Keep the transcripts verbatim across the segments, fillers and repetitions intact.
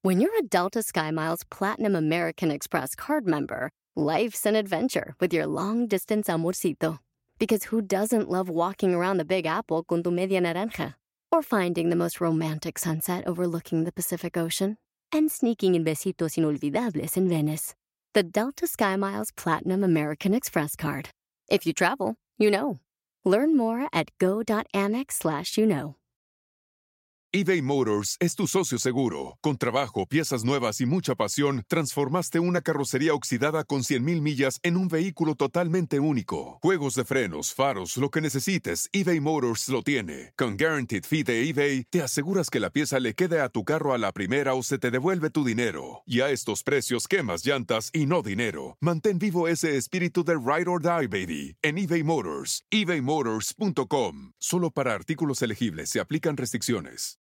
When you're a Delta SkyMiles Platinum American Express card member, life's an adventure with your long-distance amorcito. Because who doesn't love walking around the Big Apple con tu media naranja? Or finding the most romantic sunset overlooking the Pacific Ocean? And sneaking in besitos inolvidables in Venice. The Delta SkyMiles Platinum American Express card. If you travel, you know. Learn more at go.amex slash you know. eBay Motors es tu socio seguro. Con trabajo, piezas nuevas y mucha pasión, transformaste una carrocería oxidada con cien mil millas en un vehículo totalmente único. Juegos de frenos, faros, lo que necesites, eBay Motors lo tiene. Con Guaranteed Fee de eBay, te aseguras que la pieza le quede a tu carro a la primera o se te devuelve tu dinero. Y a estos precios, quemas llantas y no dinero. Mantén vivo ese espíritu de Ride or Die, baby, en eBay Motors. ebay motors punto com. Solo para artículos elegibles se aplican restricciones.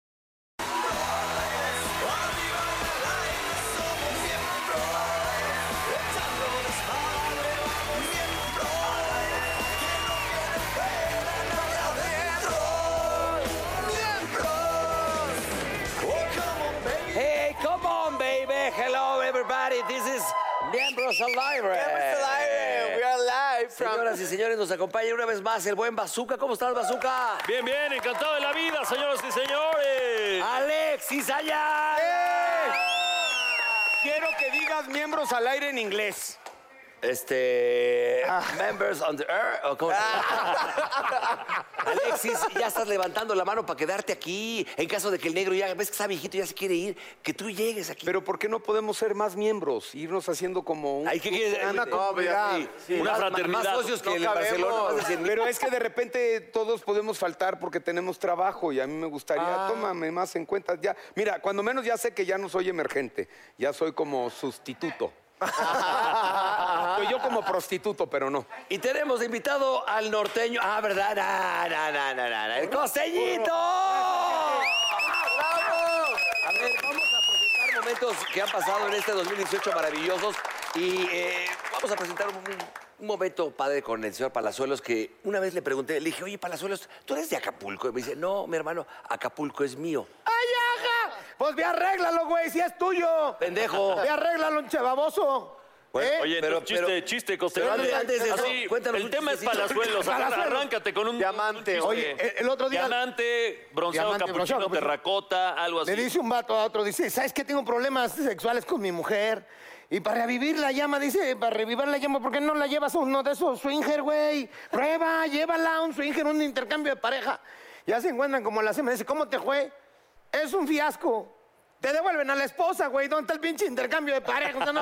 Hello, everybody. This is Miembros Alive. Miembros Alive. We are live from... Señoras y señores, nos acompaña una vez más el buen Bazooka. ¿Cómo estás, Bazooka? Bien, bien. Encantado de la vida, señoras y señores. Alexis Ayala. ¡Eh! Quiero que digas Miembros al Aire en inglés. Este... Ah. Members on the air. ¿O cómo? Ah. Alexis, ya estás levantando la mano para quedarte aquí. En caso de que el negro ya, ves que está viejito, ya se quiere ir, que tú llegues aquí. Pero ¿por qué no podemos ser más miembros? Irnos haciendo como un... Ay, ¿qué quieres? Una comunidad. Sí, sí. Una más, fraternidad. Más socios que no en Barcelona. Más de Pero es que de repente todos podemos faltar porque tenemos trabajo y a mí me gustaría, ah. tómame más en cuenta. Ya, mira, cuando menos ya sé que ya no soy emergente, ya soy como sustituto. Soy yo como prostituto, pero no. Y tenemos de invitado al norteño. Ah, ¿verdad? No, no, no, no, no. ¡El costeñito! ¡Bravo! A ver, vamos a presentar momentos que han pasado en este dos mil dieciocho maravillosos. Y eh, vamos a presentar un, un momento padre con el señor Palazuelos, que una vez le pregunté, le dije, oye, Palazuelos, ¿tú eres de Acapulco? Y me dice, no, mi hermano, Acapulco es mío. ¡Ay, ajá! Pues ve, arréglalo, güey, si es tuyo. Pendejo. Ve, arréglalo, un chebaboso. Bueno, ¿Eh? oye, pero, chiste, pero, chiste, Costello. Antes, antes de eso, Así, cuéntanos el un tema es chistecito. Palazuelos. Arráncate con un diamante. Un Oye, el, el otro día... Diamante, bronceado, Diamante, capuchino, bronceado, terracota, algo así. Le dice un vato a otro, dice, ¿sabes qué? Tengo problemas sexuales con mi mujer. Y para revivir la llama, dice, para revivir la llama, ¿por qué no la llevas a uno de esos swinger, güey? Prueba, llévala a un swinger, un intercambio de pareja. Ya se encuentran como la semana. Dice, ¿cómo te fue? Es un fiasco. Te devuelven a la esposa, güey. ¿Dónde está el pinche intercambio de pareja? O sea, no...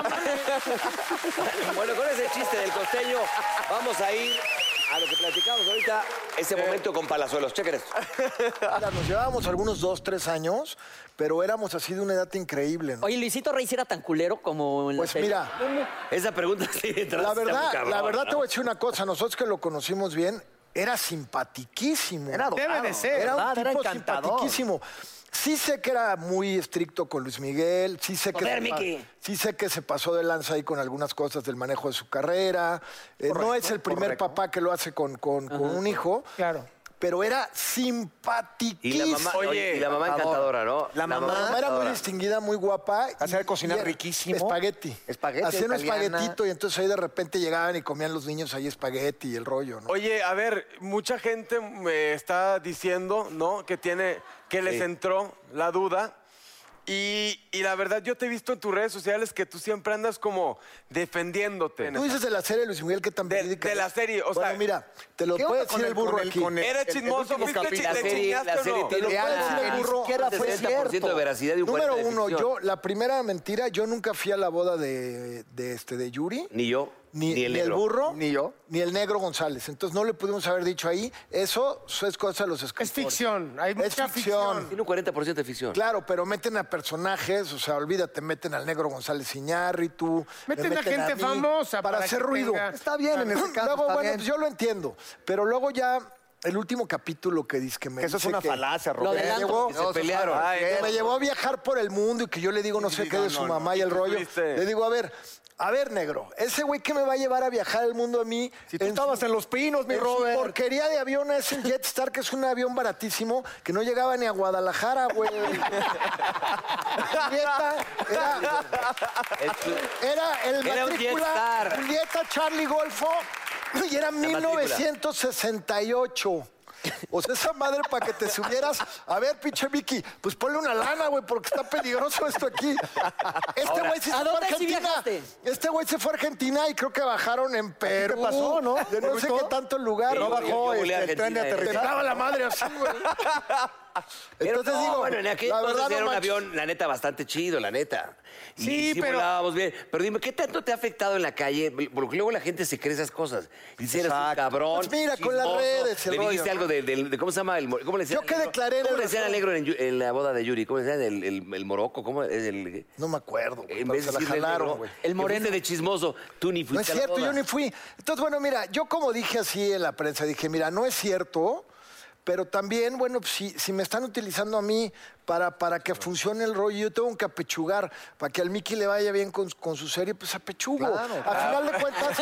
Bueno, con ese chiste del costeño, vamos a ir a lo que platicamos ahorita, ese momento con Palazuelos. Chequen esto. Mira, nos llevábamos algunos dos, tres años, pero éramos así de una edad increíble, ¿no? Oye, ¿Luisito Rey era tan culero como en la Pues serie? mira, Esa pregunta sí entra. la verdad, cabrón, la verdad ¿no? te voy a decir una cosa. Nosotros que lo conocimos bien, era simpatiquísimo. Era Debe de ser. Era un ¿verdad? Era tipo encantador. simpatiquísimo. Sí sé que era muy estricto con Luis Miguel, sí sé que, Joder, se, pa- Miki. sí sé que se pasó de lanza ahí con algunas cosas del manejo de su carrera. Eh, no es el primer correcto. papá que lo hace con, con- con un hijo, Claro. pero era Y simpatiquísimo. la mamá, oye, y la mamá encantadora, ¿no? La mamá era muy distinguida, muy guapa. Hacía y- cocinar y era riquísimo. Espagueti. Espagueti Hacían un italiana. espaguetito y entonces ahí de repente llegaban y comían los niños ahí espagueti y el rollo, ¿no? Oye, a ver, mucha gente me está diciendo, ¿no? Que tiene, que les Sí. entró la duda. Y, y la verdad, yo te he visto en tus redes sociales que tú siempre andas como defendiéndote. Tú dices de la serie de Luis Miguel que tan De- verídica de es. la serie, o Bueno, sea, mira, te lo ¿qué puede onda con decir el el- burro con el- aquí. con el- Era El- el chismoso, último ¿fuiste capítulo. chi- La ¿le serie, chingaste la o serie no? Te lo tiene puede decir el un burro. siquiera fue sesenta por ciento de cierto. veracidad y un cuarenta Número de uno, ficción. yo, la primera mentira, yo nunca fui a la boda de, de, este, de Yuri. Ni yo, Ni, ni el ni el negro. burro, Ni yo. ni el negro González. Entonces no le pudimos haber dicho ahí. Eso, eso es cosa de los escritores. Es ficción. Hay Es mucha ficción. Tiene un cuarenta por ciento de ficción. Claro, pero meten a personajes, o sea, olvídate, meten al negro González Iñárritu. me Meten a gente mí famosa para, para hacer que ruido. tenga- Está bien en ese caso, Luego, está bueno, bien. pues yo lo entiendo. Pero luego ya el último capítulo que dice que me Eso es dice una que- falacia, Lo Roberto. del antro. llevó- Que se pelearon. Ay, que me llevó a viajar por el mundo y que yo le digo no sé qué de su mamá y el rollo. fuiste? Le digo, a ver, a ver, negro, ese güey que me va a llevar a viajar el mundo a mí. Si tú estabas en Los Pinos, mi en su Robert. porquería de avión es en Jetstar, que es un avión baratísimo, que no llegaba ni a Guadalajara, güey. Julieta era, era el Era un matrícula Jetstar. Julieta Charlie Golfo y era mil novecientos sesenta y ocho. O sea, esa madre para que te subieras. A ver, pinche Vicky, pues ponle una lana, güey, porque está peligroso esto aquí. Este güey sí ¿a se fue a dónde sí Argentina. viajaste? Este güey se fue a Argentina y creo que bajaron en Perú. pasó, no? De no sé qué tanto lugar. Sí, No yo- bajó yo volé a este, el tren de Argentina, aterrizaje. Te daba la madre así, güey. Pero Entonces no, digo, bueno, en aquel la entonces verdad, no era un manches. avión, la neta, bastante chido, la neta. Y Sí, sí pero- volábamos bien. Pero dime, ¿qué tanto te ha afectado en la calle? Porque luego la gente se cree esas cosas. Dice, eres un Exacto. cabrón. Pues mira, con las chismoso. redes, el Le dijiste rollo, algo ¿no? de, de- de- ¿cómo se llama? El, mo- ¿Cómo le decían Yo que al negro? declaré en ¿Cómo el le decían al restaurante? negro en, Yu- en la boda de Yuri? ¿Cómo le decían? El, el, el moroco, ¿cómo es el...? No me acuerdo, güey, En pero vez se de la decirle jalaron, negro, güey. El que moreno. fuiste de chismoso, tú ni No es fuiste a la cierto, boda. yo ni fui. Entonces, bueno, mira, yo como dije así en la prensa, dije, mira, no es cierto, pero también, bueno, pues, si, si me están utilizando a mí para, para que funcione el rollo, yo tengo que apechugar, para que al Mickey le vaya bien con, con su serie, pues apechugo. Claro, a final de cuentas,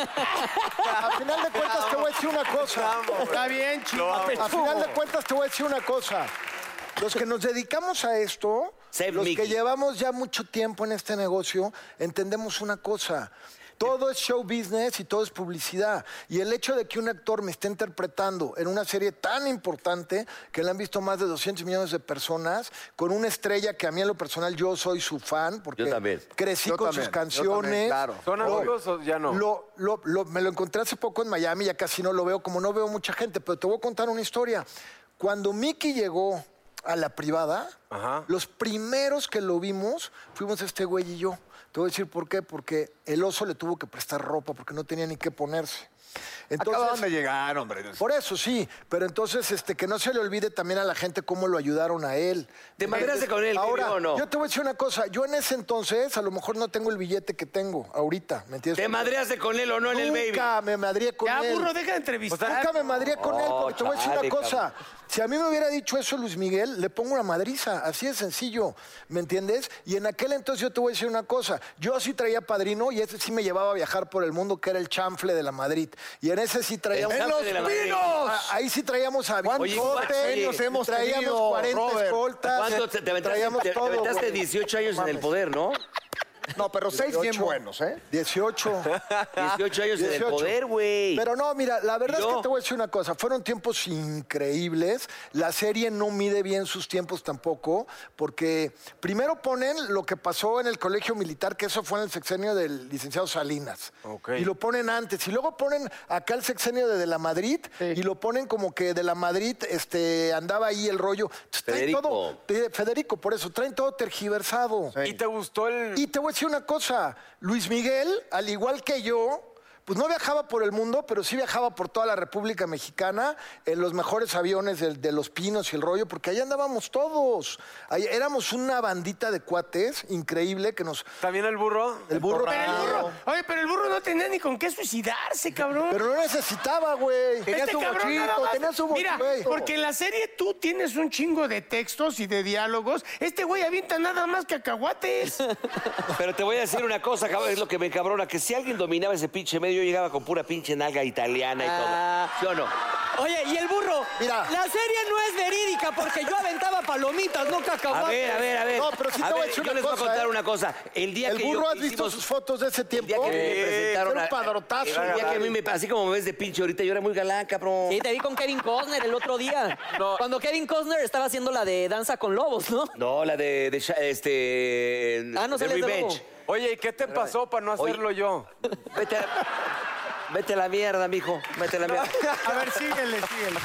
a final de cuentas te voy a decir una cosa. Está bien, chico. A final de cuentas te voy a decir una cosa. Los que nos dedicamos a esto, Save los Mickey. que llevamos ya mucho tiempo en este negocio, entendemos una cosa. Todo es show business y todo es publicidad. Y el hecho de que un actor me esté interpretando en una serie tan importante, que la han visto más de doscientos millones de personas, con una estrella que a mí en lo personal yo soy su fan, porque Yo también. crecí Yo con también, sus yo canciones. también, claro. ¿Son Lo- amigos o ya no? Lo, lo- lo- me lo encontré hace poco en Miami, ya casi no lo veo, como no veo mucha gente, pero te voy a contar una historia. Cuando Mickey llegó a la privada, Ajá. los primeros que lo vimos fuimos este güey y yo. Te voy a decir por qué, porque el oso le tuvo que prestar ropa porque no tenía ni qué ponerse. Acababan de llegar, hombre. Por eso sí, pero entonces este, que no se le olvide también a la gente cómo lo ayudaron a él. ¿Te madreaste con él, Ahora, Baby, o no? yo te voy a decir una cosa, yo en ese entonces a lo mejor no tengo el billete que tengo ahorita, ¿me entiendes? ¿Te madreaste con él o no en el baby? Nunca me madrié con Ya, él. burro, deja de entrevistar. Nunca me madría con él, porque te voy a decir chale, una cosa. Si a mí me hubiera dicho eso Luis Miguel, le pongo una madriza, así de sencillo, ¿me entiendes? Y en aquel entonces yo te voy a decir una cosa. Yo sí traía padrino y ese sí me llevaba a viajar por el mundo, que era el chanfle de la Madrid. Y en ese sí traíamos... El chanfle de la Madrid. Ah, ahí sí traíamos a Oye, Bicote, ¿cuántos años hemos traíamos tenido, cuarenta Robert? escoltas. ¿Cuánto te, te aventaste, traíamos te- te todo, aventaste güey. dieciocho años en el Mames. poder, ¿no? No, pero seis bien dieciocho. buenos, ¿eh? dieciocho. dieciocho años en el dieciocho. poder, güey. Pero no, mira, la verdad es Yo- que te voy a decir una cosa. Fueron tiempos increíbles. La serie no mide bien sus tiempos tampoco, porque primero ponen lo que pasó en el colegio militar, que eso fue en el sexenio del licenciado Salinas. Ok. Y lo ponen antes. Y luego ponen acá el sexenio de De la Madrid, y lo ponen como que De la Madrid este, andaba ahí el rollo. Entonces, traen Federico. todo- eh, Federico, por eso, traen todo tergiversado. ¿Y te gustó el...? Y te voy a decir una cosa, Luis Miguel, al igual que yo, pues no viajaba por el mundo, pero sí viajaba por toda la República Mexicana en los mejores aviones de, de Los Pinos y el rollo, porque ahí andábamos todos. Ahí éramos una bandita de cuates increíble que nos... ¿También el burro? El burro... Pero el burro, oye, pero el burro no tenía ni con qué suicidarse, cabrón. Pero no necesitaba, güey. Tenía su cabrón bochito, nada más- tenía su Mira, bochito. Porque en la serie tú tienes un chingo de textos y de diálogos. Este güey avienta nada más cacahuates. Pero te voy a decir una cosa, cabrón, es lo que me encabrona, que si alguien dominaba ese pinche medio, yo llegaba con pura pinche nalga italiana y Ah. todo. ¿Sí o no? Oye, y el burro, Mira. la serie no es verídica porque yo aventaba palomitas, no A cacahuates. ver, a ver, a ver. No, pero sí te A voy a ver, decir yo una les voy a cosa, contar ¿eh? una cosa. El día El que burro, yo ¿has visto hicimos- sus fotos de ese El día tiempo? que me presentaron Era a- un padrotazo. El día que a mí me, así como me ves de pinche ahorita, yo era muy galán, cabrón. Sí, te vi con Kevin Costner el otro día. No. Cuando Kevin Costner estaba haciendo la de Danza con Lobos, ¿no? No, la de, de Sha- este Ah, no de sales de Revenge. lobo. Oye, ¿y qué te pasó para no Oye. hacerlo yo? Vete a, vete a la mierda, mijo. Vete a la mierda. A ver, síguele, síguele.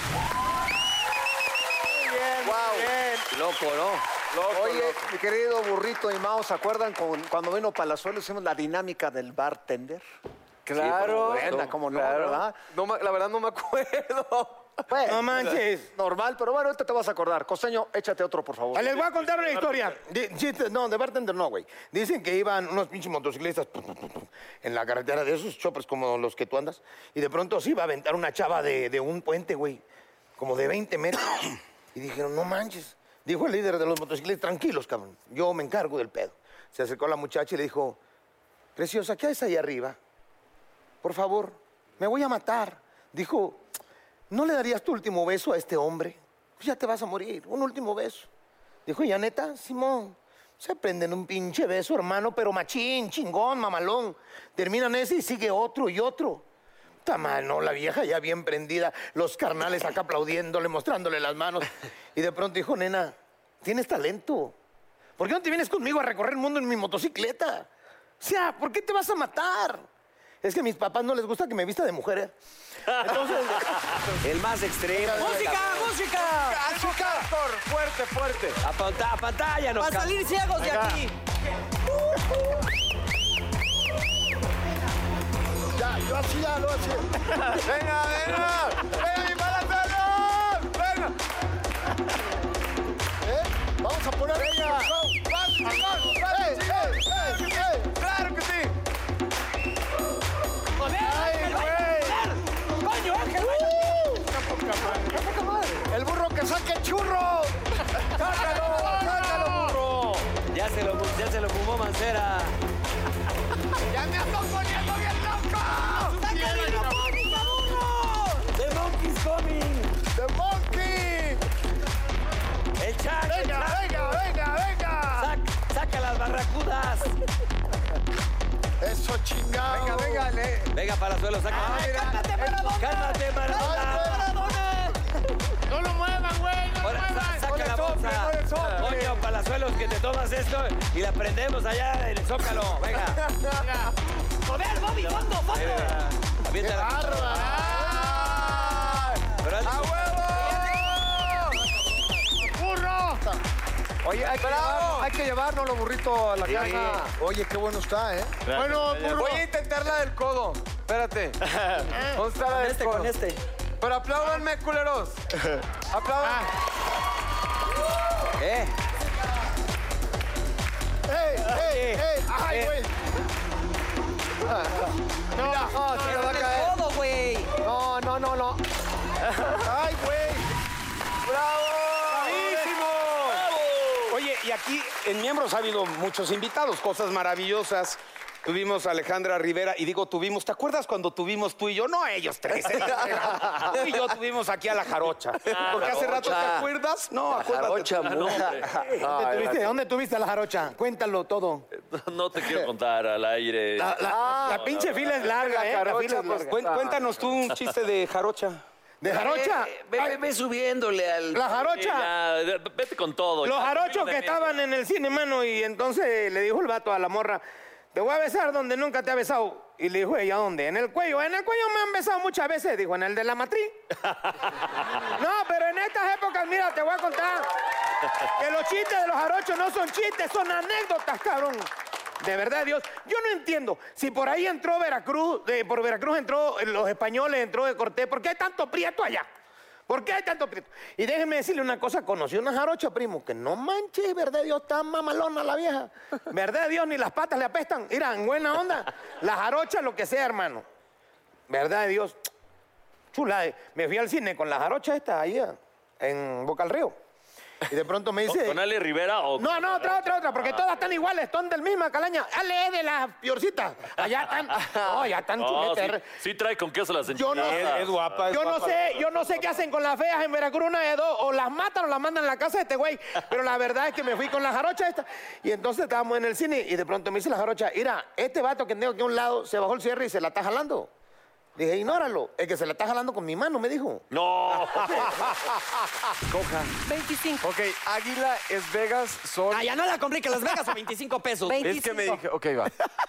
Loco, ¿no? Loco, Oye, loco. mi querido burrito y Mao, ¿se acuerdan con- cuando vino Palazuelo hicimos la dinámica del bartender? Claro. buena, cómo no, claro. ¿verdad? No me- la verdad no me acuerdo. Bueno, No manches. normal, pero bueno, ahorita te vas a acordar. Costeño, échate otro, por favor. Ah, Les voy a contar una historia. Di- chiste- no, de bartender no, güey. Dicen que iban unos pinches motociclistas en la carretera de esos choppers como los que tú andas. Y de pronto se iba a aventar una chava de, de un puente, güey. como de veinte metros. Y dijeron, no manches. Dijo el líder de los motociclistas, tranquilos, cabrón, yo me encargo del pedo. Se acercó a la muchacha y le dijo, preciosa, ¿qué haces ahí arriba? Por favor, me voy a matar. Dijo, ¿no le darías tu último beso a este hombre? Pues ya te vas a morir, un último beso. Dijo, ¿ya neta? Simón, se prenden un pinche beso, hermano, pero machín, chingón, mamalón. Terminan ese y sigue otro y otro. Tamano, la vieja ya bien prendida, los carnales acá aplaudiéndole, mostrándole las manos. Y de pronto dijo, nena, tienes talento. ¿Por qué no te vienes conmigo a recorrer el mundo en mi motocicleta? O sea, ¿por qué te vas a matar? Es que a mis papás no les gusta que me vista de mujer, ¿eh? Entonces... El más extremo. ¡Música, música! ¡Azúcar! Fuerte, fuerte. A, panta- a pantalla nos ¡Para salir ciegos de aquí! Ya, yo así ya lo hacía. ¡Venga, venga! ¡Venga, mi Palazuelos! ¡Venga! ¿Eh? Vamos a poner... ¡Venga! ¡Vamos, vamos, ¡Ey, ey, ey, ey! ¡Claro que sí! ¡Ay, güey! ¡Coño, Ángel! ¡El burro que saque el churro! ¡Sácalo, sácalo, burro! Ya se lo, ya se lo fumó Mancera. ¡Ya me estoy poniendo bien loco! ¡Sácale la música, burro! ¡The Monkey's coming! ¡The Monkey! ¡El Chac! el ¡Venga, Chac. venga, venga, venga! Sac- ¡Saca las barracudas! ¡Eso chingado! Venga, venga, le... Venga, Palazuelos, saca. ¡Ay, cálmate, Maradona! ¡Cálmate, Maradona! ¡Maradona! ¡No lo muevan, güey! ¡No lo Ahora, sa- muevan! saca la sople, bolsa. no le sople. Coño, Palazuelos, que te tomas esto y la prendemos allá en el Zócalo. Venga. ¡Joder, Bobby, fondo, fondo! Venga. Avienta la- Pero antes- ¡A huevo! ¡Burro! Oye, hay que, llevar, hay que llevárnoslo, burrito, a la casa. Oye, qué bueno está, ¿eh? Bueno, burro. Voy a intentar la del codo. Espérate. ¿Dónde está la Con del este, codo? con este. Pero apláudanme, culeros. Aplaudan. ¿Eh? ¡Ey, ey, ey! ¡Ay, güey! No, Mira, oh, se le va a caer. ¡Todo, güey! No, no, no, no. ¡Ay, güey! ¡Bravo! ¡Bravísimo! Oye, y aquí en Miembros ha habido muchos invitados, cosas maravillosas. Tuvimos a Alejandra Rivera, y digo tuvimos, ¿te acuerdas cuando tuvimos tú y yo? No ellos tres, ellos tres. Tú y yo tuvimos aquí a la Jarocha. Porque hace rato, ¿te acuerdas? No, acuérdate. Jarocha, tú. no, ¿Dónde tuviste, ¿Dónde tuviste a la jarocha? Cuéntalo todo. No te quiero contar al aire. La, la- la pinche fila es larga, ¿eh? La fila es larga. Cuen- Cuéntanos tú un chiste de Jarocha. ¿De jarocha? Eh, ve, ve- ve subiéndole al... La jarocha. Ya, vete con todo. Los Ya, jarochos termina que de- estaban en el cine, mano, y entonces le dijo el vato a la morra, te voy a besar donde nunca te ha besado. Y le dijo ella, ¿dónde? En el cuello. En el cuello me han besado muchas veces, dijo, en el de la matriz. No, pero en estas épocas, mira, te voy a contar que los chistes de los jarochos no son chistes, son anécdotas, cabrón. De verdad, Dios. Yo no entiendo. Si por ahí entró Veracruz, de, por Veracruz entró eh, los españoles, entró de Cortés, ¿por qué hay tanto prieto allá? ¿Por qué hay tanto prieto? Y déjeme decirle una cosa, conocí una jarocha, primo, que no manches, verdad Dios, está mamalona la vieja. Verdad Dios, ni las patas le apestan. Mira, en buena onda, la jarocha, lo que sea, hermano. Verdad Dios. Chula, eh. Me fui al cine con la jarocha esta, ahí, eh, en Boca al Río. Y de pronto me dice... ¿Con Ale Rivera o...? No, no, otra, otra, otra, porque todas están iguales, son del misma calaña. Ale es de las piorcitas. Allá están, no, ya están No, chuletas. sí, sí trae con queso las Yo no, enchiladas. Es guapa, es yo no guapa. sé, yo no sé qué hacen con las feas en Veracruz, una de dos, o las matan o las mandan a la casa de este güey. Pero la verdad es que me fui con la jarocha esta. Y entonces estábamos en el cine y de pronto me dice la jarocha, mira, este vato que tengo aquí a un lado se bajó el cierre y se la está jalando. Dije, ignóralo, el que se la está jalando con mi mano, me dijo. No. Coja. veinticinco. Ok, Águila es Vegas, Sol. Ah, ya no la complique, Las Vegas a veinticinco pesos. Es que me dije, ok, va.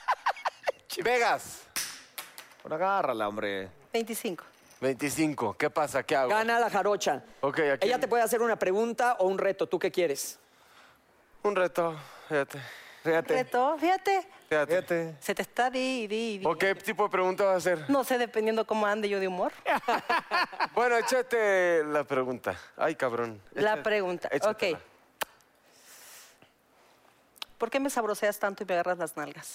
Vegas. Bueno, agárrala, hombre. veinticinco. veinticinco. ¿Qué pasa? ¿Qué hago? Gana la jarocha. Ok, aquí. Ella te puede hacer una pregunta o un reto. ¿Tú qué quieres? Un reto. Fíjate. Fíjate. Reto, fíjate, Fíjate. se te está di, di, di. ¿O qué tipo de pregunta vas a hacer? No sé, dependiendo cómo ande yo de humor. Bueno, échate la pregunta. Ay, cabrón. La Échate- pregunta, échatela. ok. ¿Por qué me sabroseas tanto y me agarras las nalgas?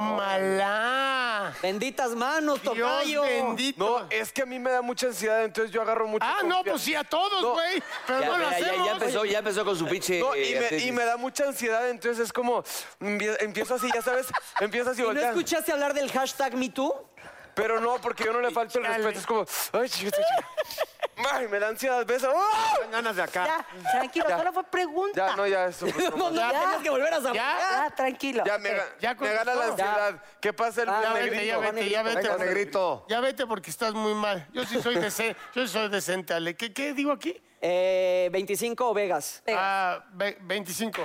¡Tómala! Benditas manos, Dios tocayo. bendito. No, es que a mí me da mucha ansiedad, entonces yo agarro mucho. Ah, no, pues sí, a todos, No. güey. Pero Ya, no lo mira, ya, hacemos. ya empezó, ya empezó con su pinche. No, y eh, me, artritis. y me da mucha ansiedad, entonces es como, empie- empiezo así, ya sabes, empiezo así ¿Y no voltear. escuchaste hablar del hashtag MeToo? Pero no, porque yo no le falto el respeto, es como, ay, chiquito, chiquito. Ay, me da ansiedad, beso. ¡Ah! Ganas de acá. Ya, tranquilo, Ya. solo fue pregunta. Ya, no, ya, eso. fue No, broma. no, tenías que volver a saber. Ya, tranquilo. Ya, me, Ok. ga- Ya me gana la contestó. ansiedad. ¿Qué pasa el Ah, Ya negrito? vete, ya vete, ya vete. Venga, porque- negrito. Ya vete porque estás muy mal. Yo sí soy decente, yo sí soy decente, Ale. ¿Qué, qué digo aquí? Eh, veinticinco o Vegas. Venga, Ah, ve- veinticinco.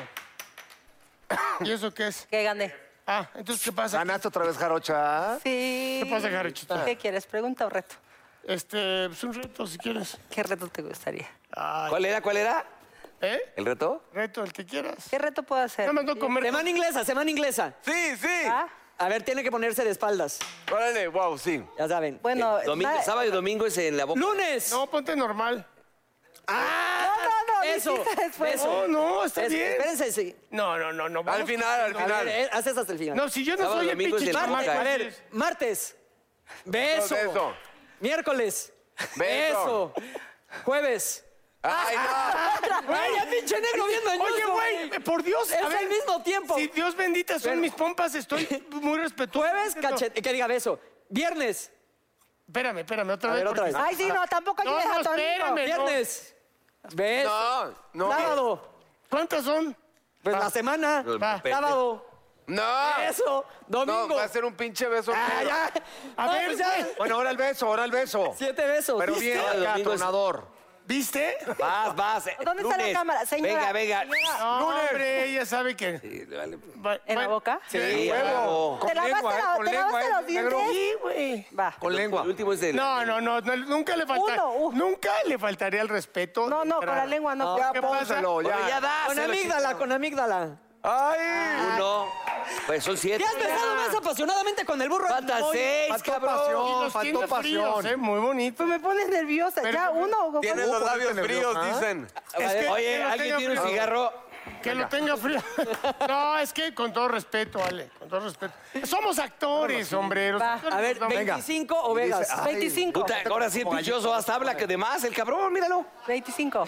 ¿Y eso qué es? que gané. Ah, entonces, ¿qué pasa? ¿Ganaste otra vez, Jarocha? Sí. ¿Qué pasa, Jarochita? ¿Qué quieres? ¿Pregunta o reto? Este, pues un reto, si quieres. ¿Qué reto te gustaría? Ay, ¿Cuál era? ¿Cuál era? ¿Eh? ¿El reto? Reto, el que quieras. ¿Qué reto puedo hacer? Nada más no comer. Semana inglesa, semana inglesa. Sí, sí. ¿Ah? A ver, tiene que ponerse de espaldas. Órale, wow, sí. Ya saben. Bueno, Domingo, va- sábado y domingo es en la boca. ¡Lunes! No, ponte normal. No, no, no, Eso, dijiste después. eso. No, no, está Es- bien. Espérense, sí. No, no, no, no. Al vamos final, al con- A ver, final. eh, haces hasta el final. No, si yo no Sábado, soy el domingo es pinche el chamaco. boca. A ver, martes. Beso. No, beso. Miércoles. Beso. Jueves. Ay, no. Güey, ya pinche negro viendo añoso, Oye, güey, por Dios. Es a ver, al mismo tiempo. Si Dios bendita son Pero- mis pompas, estoy muy respetuoso. Jueves, cachete. Que diga beso. Viernes. Espérame, espérame, otra A vez. ver, otra porque- vez. Ay, sí, no, tampoco No, ayudes no, a tu amigo. espérame. no. Viernes. Beso. No, no. Sábado. ¿Cuántas son? Pues la semana. Va. Sábado. No. Eso. Domingo. No, va a ser un pinche beso. Ah, ya. A No, ver, pues ya. güey. Bueno, ahora el beso, ahora el beso. Siete besos. Pero ¿Viste? bien, Sábado, acá, domingo es- tronador. ¿Viste? Vas, vas. eh, ¿Dónde está la lunes. cámara? Señora, Venga, venga. señora. No, hombre, ella sabe que... Sí, vale. Va- ¿En la va- boca? Sí, Huevo. ¿Te lavaste, lengua, ¿eh? la- Con ¿te lengua, lavaste ¿eh, los negro? dientes? Sí, güey. Va. Con lengua. El último es el. No, no, no, no, nunca le falta, Uno, uh. nunca le faltaría el respeto. No, no, con la lengua no. Ya ¿Qué pasa? pónselo, Oye, ya. ya das. Con amígdala, con amígdala. Ay. Uno. Pues son siete. ¿Te has besado más apasionadamente con el burro? Faltan Hoy. seis, Faltó cabrón. Y pasión, los faltó tiene fríos, pasión. ¿eh? Muy bonito. Pues me pones nerviosa. Pero- ya, uno. Tiene ¿cuánto? los labios ponerte fríos, nerviosa. dicen. Es que- que Oye, lo ¿alguien tenga tiene un frío. cigarro? Que lo tenga frío. No, es que con todo respeto, Ale, con todo respeto. Somos actores, hombre. los Va. actores A ver, nos damos- veinticinco o Vegas. Ay, veinticinco. Puta, ahora sí el pichoso hasta habla que de más, el cabrón, míralo. veinticinco.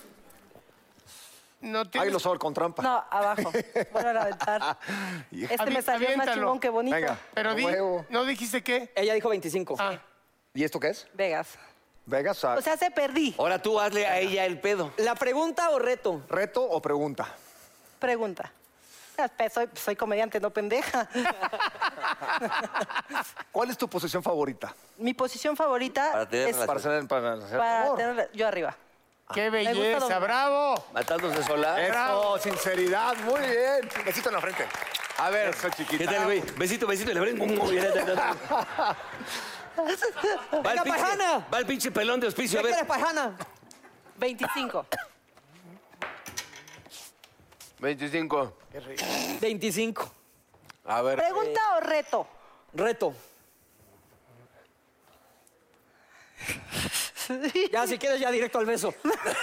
No Ahí tienes... lo sobre con trampa. No, abajo. Vuelvo a aventar. Este Avi- me salió más aviéntalo. chingón que bonito. Venga. Pero di, Huevo. ¿no dijiste qué? Ella dijo veinticinco. Ah, ¿Y esto qué es? Vegas. Vegas. ah, O sea, se perdí. Ahora tú hazle a ella el pedo. ¿La pregunta o reto? ¿Reto o pregunta? Pregunta. Ah, pe- Soy, soy comediante, no pendeja. ¿Cuál es tu posición favorita? Mi posición favorita Para tener es relación. Para hacer, para hacer para amor. tener yo arriba. qué gusta belleza, dominar. bravo. Matándose sola. Eso, sinceridad, muy bien. Besito en la frente. A ver, Eso, chiquita. ¿Qué tal, güey? Besito, besito, y le abren. Va el Venga, pinche, pajana. va el pinche pelón de hospicio. A ¿Qué quieres, ver. pajana? veinticinco. veinticinco. veinticinco. A ver. ¿Pregunta o reto? Reto. Ya, si quieres, ya directo al beso.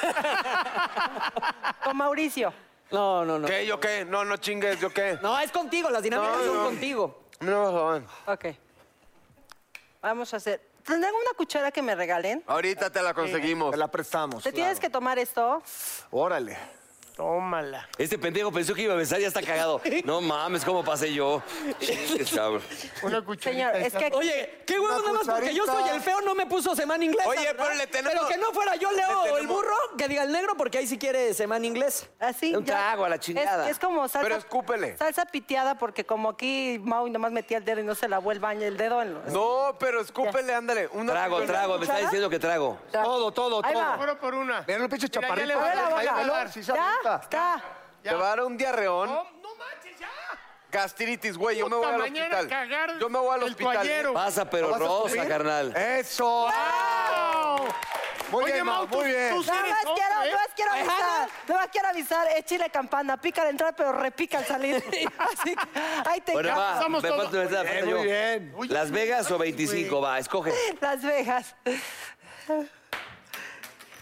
Con Mauricio. No, no, no. ¿Qué? ¿Yo qué? No, no chingues, ¿yo qué? No, es contigo, las dinámicas No, son no. contigo. No, joven. Ok. Vamos a hacer. ¿Tendrán una cuchara que me regalen? Ahorita te la conseguimos. Te la prestamos. ¿Te tienes que tomar esto? Órale. Tómala. Este pendejo pensó que iba a besar y ya está cagado. No mames, ¿cómo pasé yo? Chingues, cabrón. Una cucharita. Señor, es que Oye, qué huevo nada más porque yo soy el feo, no me puso semana inglesa. Oye, ¿verdad? pero le tenemos- Pero que no fuera yo, Leo, le o el tenemos- burro, que diga el negro, porque ahí sí quiere semana inglesa. así. Un ya. trago a la Es, chingada. es como salsa. Pero escúpele. Salsa piteada, porque como aquí Mau nomás metía el dedo y no se lavó el baño el dedo en los. No, pero escúpele, ándale. Una Trago, trago, me está diciendo que trago. Todo, todo, Ahí todo. va. Uno por una. Mira los pinches Mira, ya chaparritos. le voy a Abre la dar, ya le voy a boca. dar. Sí se Ya, avienta. está. Te va a dar un diarreón. No, no manches, ya. Gastritis, güey. Yo me voy Puta, al mañana hospital. cagar Yo me voy al el hospital. toallero. Pasa, pero ¿Lo vas a rosa, escupir? carnal. Eso. ¡Wow! Muy Oye, bien, Mau, Mau, tú- muy bien. tú sí Nada eres más hombre, quiero, ¿eh? nada más quiero avisar, nada más quiero avisar, es chile campana, pica al entrar, pero repica al salir. Así que, ahí te Bueno, va, Pasamos me todo. falta, me falta Bien, yo. muy bien. ¿Las Vegas o veinticinco? Va, escoge. Las Vegas.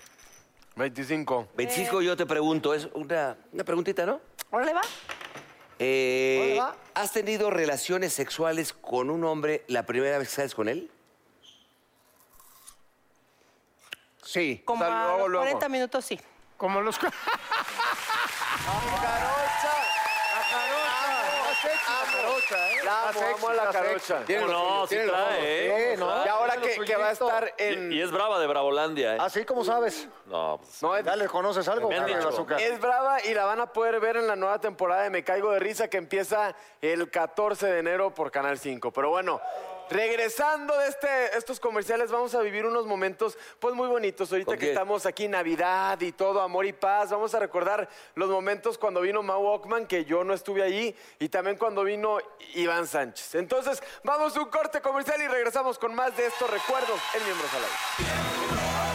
veinticinco. veinticinco yo te pregunto, es una, una preguntita, ¿no? ¿Órale va? Eh, ¿Has tenido relaciones sexuales con un hombre la primera vez que sales con él? Sí. Como O sea, a luego, los luego. cuarenta minutos, sí. Como los... La jarocha, ¿eh? La amo, amo a la jarocha. ¿Cómo no? Sí trae, ¿eh? Sí, ¿no? Y ahora que, que va a estar en... Y, y es brava de Bravolandia, ¿eh? ¿Así como sabes? No, pues, No, es, ¿Ya le conoces algo? Me han Carmen dicho. Azúcar. es brava y la van a poder ver en la nueva temporada de Me Caigo de Risa que empieza el catorce de enero por Canal cinco. Pero bueno, regresando de este, estos comerciales, vamos a vivir unos momentos pues muy bonitos. Ahorita ¿Con que qué? estamos aquí, Navidad y todo, amor y paz. Vamos a recordar los momentos cuando vino Mau Ockman, que yo no estuve allí, y también cuando vino Iván Sánchez. Entonces, vamos a un corte comercial y regresamos con más de estos recuerdos en Miembros al Aire.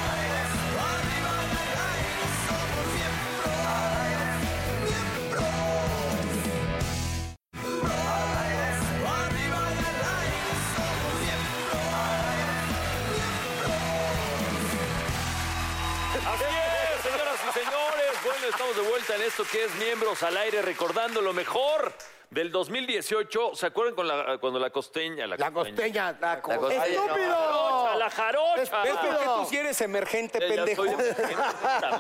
Así es, señoras y señores. Bueno, estamos de vuelta en esto que es Miembros al Aire, recordando lo mejor del dos mil dieciocho. ¿Se acuerdan con la, cuando la costeña? La, La costeña. La costeña. ¡Estúpido! La jarocha. ¿Ves por qué tú sí eres emergente, Ya pendejo? soy de- puta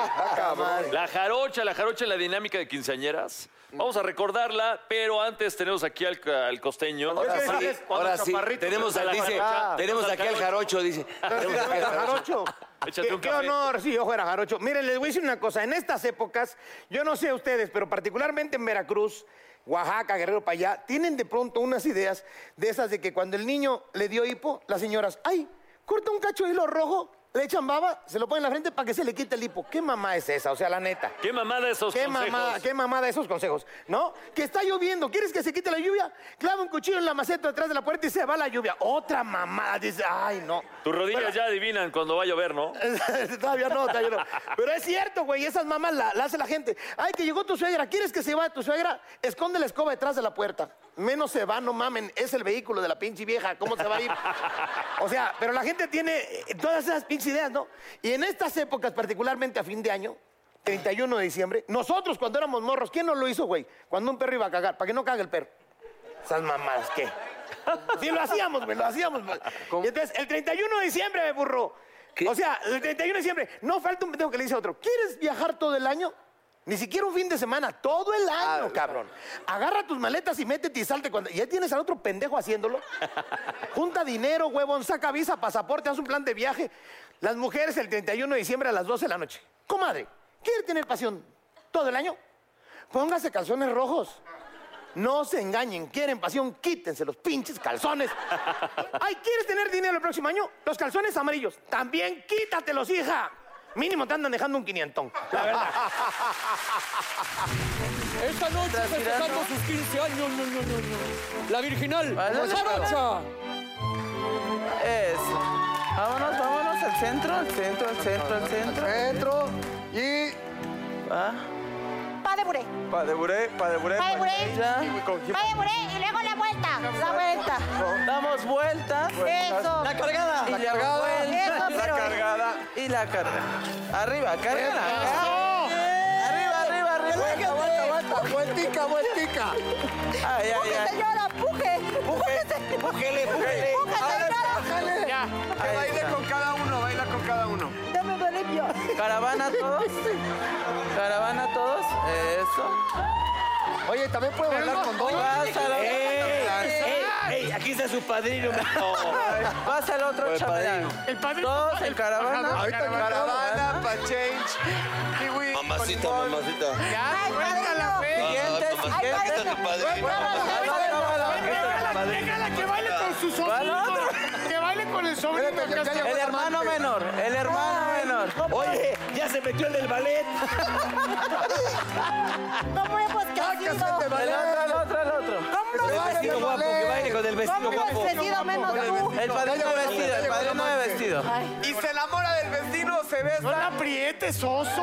madre. La jarocha, la jarocha en la dinámica de quinceañeras. Vamos a recordarla, pero antes tenemos aquí al, al costeño. Ahora sí, ahora sí. Tenemos, al, dice, jarocha. tenemos aquí al jarocho, dice. Tenemos aquí al Jarocho. Échate Qué, un qué café. honor si yo fuera jarocho. Miren, les voy a decir una cosa. En estas épocas, yo no sé ustedes, pero particularmente en Veracruz, Oaxaca, Guerrero, para allá, tienen de pronto unas ideas de esas de que cuando el niño le dio hipo, las señoras, ay, corta un cacho de hilo rojo, le echan baba, se lo ponen en la frente para que se le quite el hipo. ¿Qué mamá es esa? O sea, la neta. ¿Qué mamada esos ¿Qué consejos? mamada, qué mamada esos consejos? ¿No? Que está lloviendo, ¿quieres que se quite la lluvia? Clava un cuchillo en la maceta detrás de la puerta y se va la lluvia. Otra mamada, dice, ay, no. Tus rodillas ya adivinan cuando va a llover, ¿no? Todavía no, todavía no. Pero es cierto, güey, esas mamás la, la hace la gente. Ay, que llegó tu suegra, ¿quieres que se vaya tu suegra? Esconde la escoba detrás de la puerta. Menos se va, no mamen, es el vehículo de la pinche vieja, ¿cómo se va a ir? O sea, pero la gente tiene eh, todas esas pinches ideas, ¿no? Y en estas épocas, particularmente a fin de año, treinta y uno de diciembre, nosotros cuando éramos morros, ¿quién nos lo hizo, güey? Cuando un perro iba a cagar, para que no cague el perro. Esas mamadas, ¿qué? Sí, lo hacíamos, güey, lo hacíamos. Güey. Y entonces, el treinta y uno de diciembre, me burro. ¿Qué? O sea, el treinta y uno de diciembre, no falta un pendejo que le dice a otro, ¿quieres viajar todo el año? Ni siquiera un fin de semana, todo el año, Ah, cabrón. Agarra tus maletas y métete y salte cuando... Y ya tienes al otro pendejo haciéndolo. Junta dinero, huevón, saca visa, pasaporte, haz un plan de viaje. Las mujeres el treinta y uno de diciembre a las doce de la noche. Comadre, ¿quiere tener pasión todo el año? Póngase calzones rojos. No se engañen, quieren pasión, quítense los pinches calzones. Ay, ¿quieres tener dinero el próximo año? Los calzones amarillos. También quítatelos, hija. Mínimo te andan dejando un quinientón, la verdad. Esta noche festejando sus quince años. No, no, no, no. La virginal. ¡Jarocha! Eso. Vámonos, vámonos al centro, al centro, al centro, al centro. Centro y... Va. Pa de buré. Pa de buré, pa de buré. Pa de buré. Ya. Pa de buré y luego la vuelta. La vuelta. Damos vueltas. Eso. La cargada. Y La luego cargada. vueltas. Eso, La pero... cargada. Y la carga. Arriba, cárgala. Arriba, arriba, arriba. Vuelta, vuelta, vuelta. Vueltica, vueltica. Ay, ay, ¡Puje, ay. señora! ¡Puje! ¡Pújese! Pújele, pújele. ¡Puje, señora! Ya, que Ahí baile está. con cada uno, baila con cada uno. Dame un alivio. Caravana todos. Caravana todos. Eso. Oye, también puedo bailar con dos. Pásalo. ¡Ey! ¡Ey! Aquí está su padrino. Pasa el otro chambelán. El padrino. Todos en caravana. Ahorita Caravana, pa' change, kiwi, Mamacita, con limón. mamacita. Ya, Ay, suéltala, padrino. güey. Siguiente, Ay, siguiente. padrino. Déjala que baile con su sobrino. Que baile con el sobrino. Espérate, ya, ya, El hermano menor, el hermano menor. Oye, ya se metió el del ballet. ¿Cómo hemos crecido? Sácase de El ballet. otro, el otro, el otro. ¿Cómo El hemos vestido guapo, que baile con el vestido ¿Cómo hemos guapo. crecido menos tú? El padrino de vestido, el padrino de vestido. Ay. Y se enamora del vecino, se besa. No la aprietes, oso.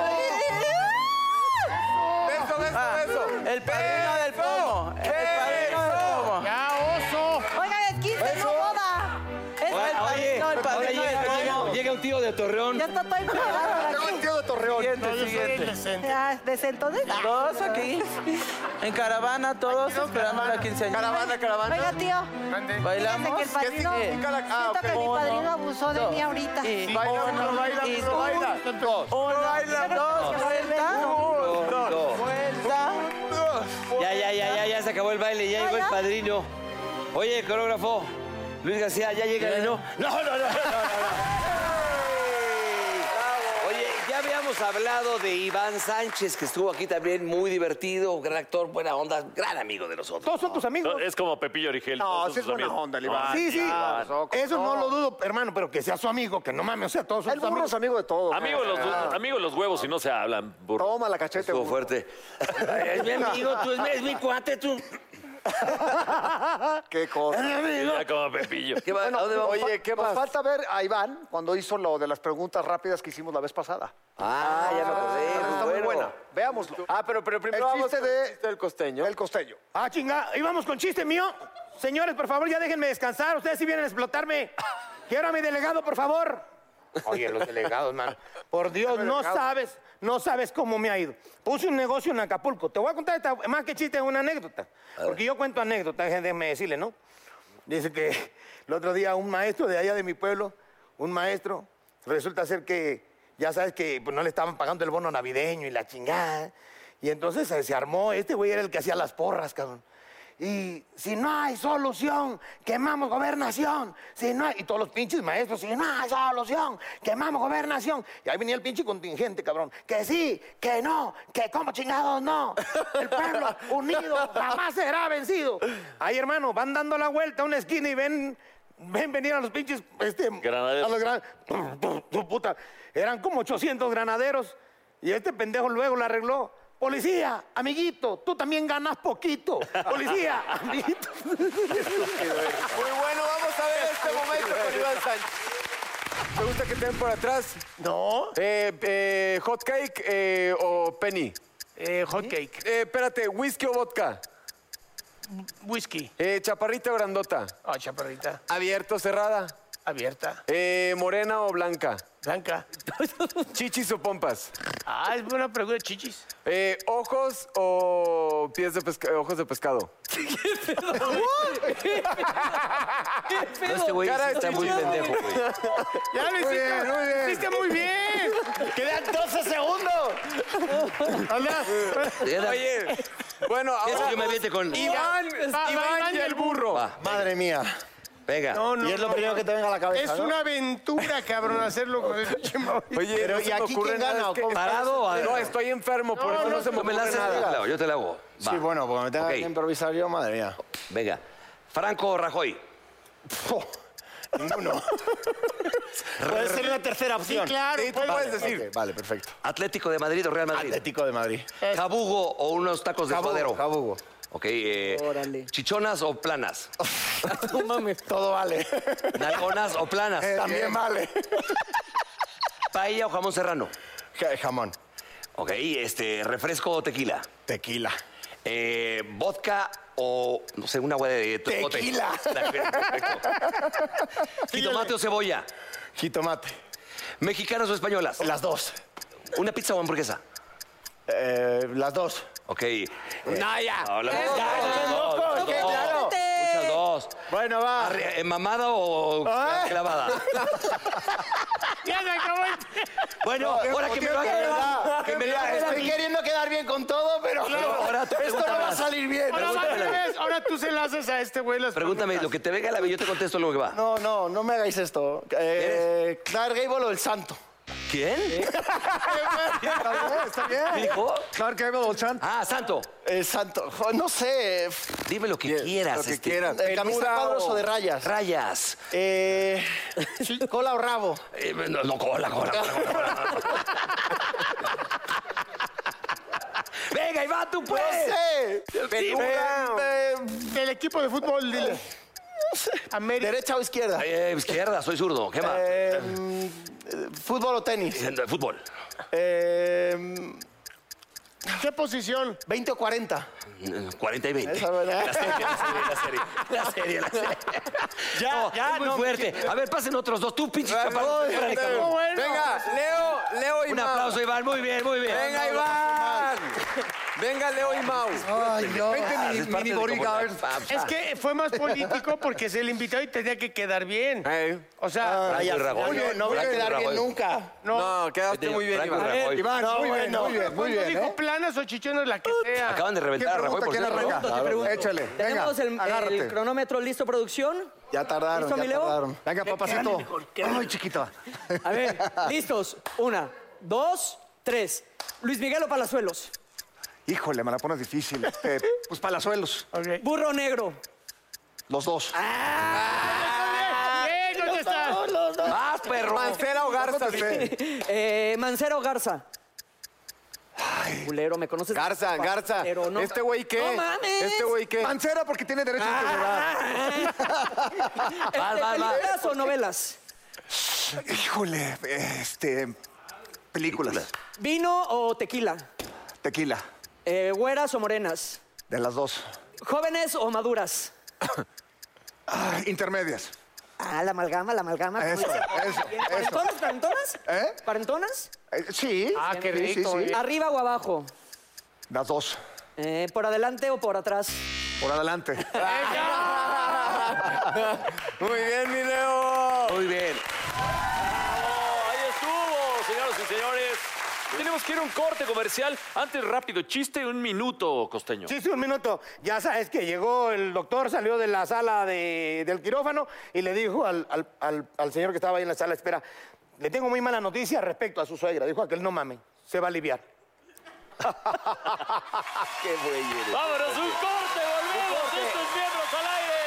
Beso, beso, Ah, beso. el padrino del pomo. El padrino del pomo. Ya, oso. Oigan, es quince, no boda. Es No, el padrino, el Ahora padrino del llega, llega- pomo. llega un tío de Torreón. Ya está todo empezado Tengo aquí. un tío de Torreón. Siguiente, siguiente. Ya, desde entonces. Dos aquí. En caravana todos esperando a la quinceañera. Caravana, caravana. Oiga, tío. ¿Bailamos? Fíjese que el padrino, ¿Qué significa la- ah, siento que ok. mi Uno, padrino abusó de dos. mí ahorita. Y Baila, uno, uno, baila, y uno, dos. baila. Uno, baila, dos, vuelta. Dos. Vuelta. Ya, ya, ya, ya, ya se acabó el baile, ya llegó el padrino. Oye, coreógrafo, Luis García, ya llega, ¿no? No, no, no, no, no, no. Oye, ya habíamos hablado de Iván Sánchez, que estuvo aquí también, muy divertido, gran actor, buena onda, gran amigo de nosotros. Todos son tus amigos. Es como Pepillo Origel. No, todos sí son es sus buena amigos. onda, el Iván. Sí, sí. Eso no lo dudo, hermano, pero que sea su amigo, que no mames, o sea, todos son El sus burro amigos. es amigo de todos. Amigos los, amigos los huevos y no se hablan, burro. Toma la cachete. Estuvo burro. fuerte. Es mi amigo, tú es mi, es mi cuate, tú. Qué cosa. Ya como Pepillo. ¿Qué va? Bueno, ¿A dónde vamos? Oye, ¿qué Nos más? falta ver a Iván cuando hizo lo de las preguntas rápidas que hicimos la vez pasada. Ah, ya me acordé. Está muy muy bueno. buena. Veámoslo. Ah, pero, pero primero El vamos chiste con el de- chiste del costeño. El costeño. Ah, chinga, íbamos con chiste mío. Señores, por favor, ya déjenme descansar. Ustedes sí vienen a explotarme. Quiero a mi delegado, por favor. Oye, los delegados, man. Por Dios, no sabes, no sabes cómo me ha ido. Puse un negocio en Acapulco. Te voy a contar esta, más que chiste, una anécdota. Porque yo cuento anécdotas, déjenme decirle, ¿no? Dice que el otro día un maestro de allá de mi pueblo, un maestro, resulta ser que, ya sabes que pues, no le estaban pagando el bono navideño y la chingada. Y entonces se, se armó, este güey era el que hacía las porras, cabrón. Y si no hay solución, quemamos gobernación. Si no hay... Y todos los pinches maestros, si no hay solución, quemamos gobernación. Y ahí venía el pinche contingente, cabrón. Que sí, que no, que como chingados no. El pueblo unido jamás será vencido. Ahí, hermano, van dando la vuelta a una esquina y ven, ven venir a los pinches... Este, Granaderos. A los gran... Tu puta. Eran como ochocientos granaderos. Y este pendejo luego la arregló. Policía, amiguito, tú también ganas poquito. Policía, amiguito. Muy bueno, vamos a ver este momento con Iván Sánchez. ¿Te gusta que te den por atrás? No. Eh, eh, ¿Hot cake eh, o penny? Eh, hot cake. Eh, espérate, ¿whisky o vodka? Whisky. Eh, ¿Chaparrita o grandota? Ah, chaparrita. ¿Abierto o cerrada? Abierta. Eh, ¿Morena o blanca? Blanca. ¿Chichis o pompas? Ah, es buena pregunta, chichis. Eh, ¿Ojos o pies de pesca- ojos de pescado? No, este güey Cara sí de está muy chichis. pendejo, güey. Ya lo hiciste, muy bien. lo hiciste muy bien. Quedan doce segundos. Hola. Oye, bueno, Eso ahora yo me aviente con... Iván, Va, Iván, Iván y el burro. Va, Madre mía. venga. No, no, Y es lo no, primero que te venga a la cabeza, Es ¿no? una aventura, cabrón, hacerlo con el pinche Mauricio. Oye, Pero, no ¿y se me aquí ocurre quién nada, gana es o que- cómo? ¿Parado o No, estoy enfermo, por eso no, se me ¿Tú me la ocurre haces? nada. Claro, yo te la hago. Va. Sí, bueno, porque me tenga Ok. que improvisar yo, madre mía. Venga. Franco o Rajoy. Ninguno. Puede ser una tercera opción. Claro, Sí, tú pues. puedes decir. Ok, vale, perfecto. Atlético de Madrid o Real Madrid. Atlético de Madrid. Cabugo o unos tacos de suadero. Jabugo. Ok, eh, Órale. chichonas o planas. No mames. Todo vale. Nalgonas o planas. También vale. Paella o jamón serrano. Ja- Jamón. Ok, este, refresco o tequila. Tequila. Eh, vodka o, no sé, un agua de totote. Tequila. Perfecto. Jitomate o cebolla. Jitomate. Mexicanas o españolas. Las dos. Una pizza o hamburguesa. Eh, las dos. Ok. No, ya. No, la- Ya, dos, ya, dos, loco, dos, ¿qué? dos. Claro. Muchas dos. Bueno, va. Arri- eh, ¿Mamada o Ay. clavada? Ya se acabó. Bueno, ahora que me lo haga. Que me lo haga. Estoy queriendo quedar bien con todo, pero Ahora tú esto no pregúntame va a más. salir bien. Ahora va al Pregúntame. revés. Ahora tú se la haces a este güey las Pregúntame lo que te venga a la vez, yo te contesto lo que va. No, no, no me hagáis esto. Eh, Clark Gable o el santo. ¿Quién? Está bien, está bien. ¿Qué dijo? Clark Gable o el santo. Ah, Santo. El santo. Jo, No sé. Dime lo que quieras. Lo que este. quieras. ¿De camisa Peluda cuadros o- o de rayas? Rayas. Eh, ¿Cola o rabo? Eh, no, no, cola, cola, cola, cola, cola. Venga, Iván, tú puedes. Eh, eh, El equipo de fútbol, dile. América. ¿Derecha o izquierda? Eh, izquierda, soy zurdo. ¿Qué más? Eh, mm, eh, ¿Fútbol o tenis? Fútbol. Eh, ¿Qué posición? ¿veinte o cuarenta? cuarenta y veinte. Esa, ¿verdad? La serie, la serie, la serie. La serie, la serie. Ya, No, ya, es muy no. fuerte. A ver, pasen otros dos. Tú, pinche chaparro. Ay, Órale, cabrón. bueno. Venga, Leo, Leo y Un aplauso, Iván. Muy bien, muy bien. Venga, Iván. Venga, Leo y Mau. Ay, no. Ah, es Vente, parte mi de bodyguard. como la- Es que fue más político porque es el invitado y tenía que quedar bien. O sea, Franco y Rajoy. Muy bien, no voy a Franco y quedar bien Rajoy. nunca. no. No, quedaste muy bien, Franco y Iván. Rajoy. Iván, No, muy bien, bueno, muy bien, muy cuando bien. dijo ¿eh? planas o chichones, la que sea. Acaban de reventar a Rajoy, por ¿Quién cierto. arranca? te pregunto. Échale, venga, Tenemos el, agárrate. el cronómetro listo, producción. Ya tardaron, ¿Listo, ya mi Leo? tardaron. Venga, papacito. Ay, chiquita. A ver, listos. Una, dos, tres. Luis Miguel o Palazuelos. Híjole, me la pones difícil. Este, pues Palazuelos. Burro negro. Los dos. ¡Bien, ¿dónde está? ¡Más, perro! Mancera o Garza, Contesté. Eh, Mancera o Garza. Culero, ¿me conoces? Garza, Garza. Pero no- ¿Este güey qué? ¡No mames! ¿Este güey qué? Mancera porque tiene derecho a integridad. Este, va, va. ¿Películas o novelas? Híjole, este... Películas. ¿Vino o tequila? Tequila. Eh, ¿Güeras o morenas? De las dos. ¿Jóvenes o maduras? Ah, intermedias. Ah, la amalgama, la amalgama. Eso, eso, eso. ¿Parentonas, parentonas? ¿Eh? ¿Parentonas? Eh, sí. Ah, qué Sí, rico, sí, sí. eh. ¿Arriba o abajo? Las dos. Eh, ¿Por adelante o por atrás? Por adelante. Muy bien, mi Leo. Muy bien. Ahí estuvo, señoras y señores. Tenemos que ir a un corte comercial. Antes, rápido, chiste, un minuto, Costeño. Sí, sí, un minuto. Ya sabes que llegó el doctor, salió de la sala de- del quirófano y le dijo al, al- al- al señor que estaba ahí en la sala, espera, le tengo muy mala noticia respecto a su suegra. Dijo aquel, no mames, se va a aliviar. ¡Qué güey eres! ¡Vámonos, un corte! ¡Volvemos! ¡Esto es Miembros al Aire!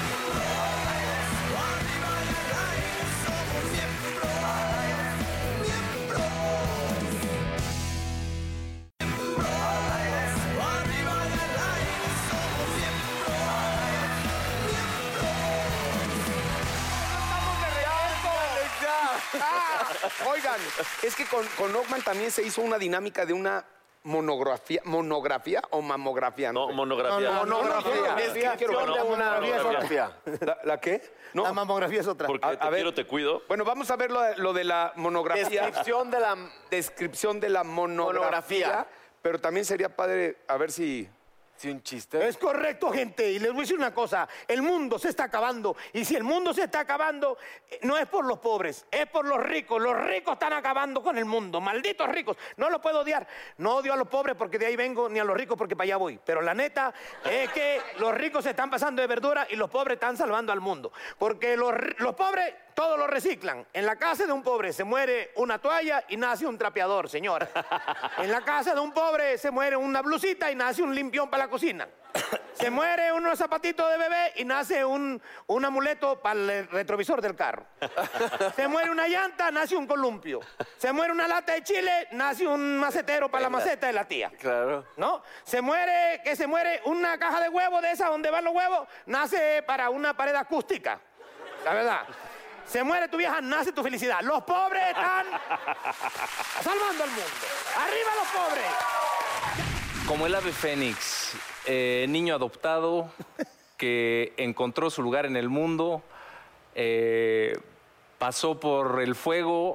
Oigan, es que con, con Ockman también se hizo una dinámica de una monografía, monografía o mamografía. No, sé. monografía. No, no, monografía. Es que quiero de una monografía. ¿La, la qué? No. La mamografía es otra. Porque A- te a ver. quiero, te cuido. Bueno, vamos a ver lo, de- lo de la monografía. Descripción de la... Descripción de la monografía. Monografía. Pero también sería padre a ver si... Sí, un chiste. Es correcto, gente. Y les voy a decir una cosa. El mundo se está acabando. Y si el mundo se está acabando, eh, no es por los pobres, es por los ricos. Los ricos están acabando con el mundo. Malditos ricos. No los puedo odiar. No odio a los pobres porque de ahí vengo, ni a los ricos porque para allá voy. Pero la neta es que los ricos se están pasando de verdura y los pobres están salvando al mundo. Porque los, ri- los pobres todo lo reciclan. En la casa de un pobre se muere una toalla y nace un trapeador, señora. En la casa de un pobre se muere una blusita y nace un limpión para la cocina. Se muere unos zapatitos de bebé y nace un, un amuleto para el retrovisor del carro. Se muere una llanta, nace un columpio. Se muere una lata de chile, nace un macetero para la maceta de la tía. Claro. ¿No? Se muere, que se muere una caja de huevos de esa donde van los huevos, nace para una pared acústica. La verdad. Se muere tu vieja, nace tu felicidad. Los pobres están salvando al mundo. ¡Arriba los pobres! Como el ave fénix, eh, niño adoptado que encontró su lugar en el mundo, eh, pasó por el fuego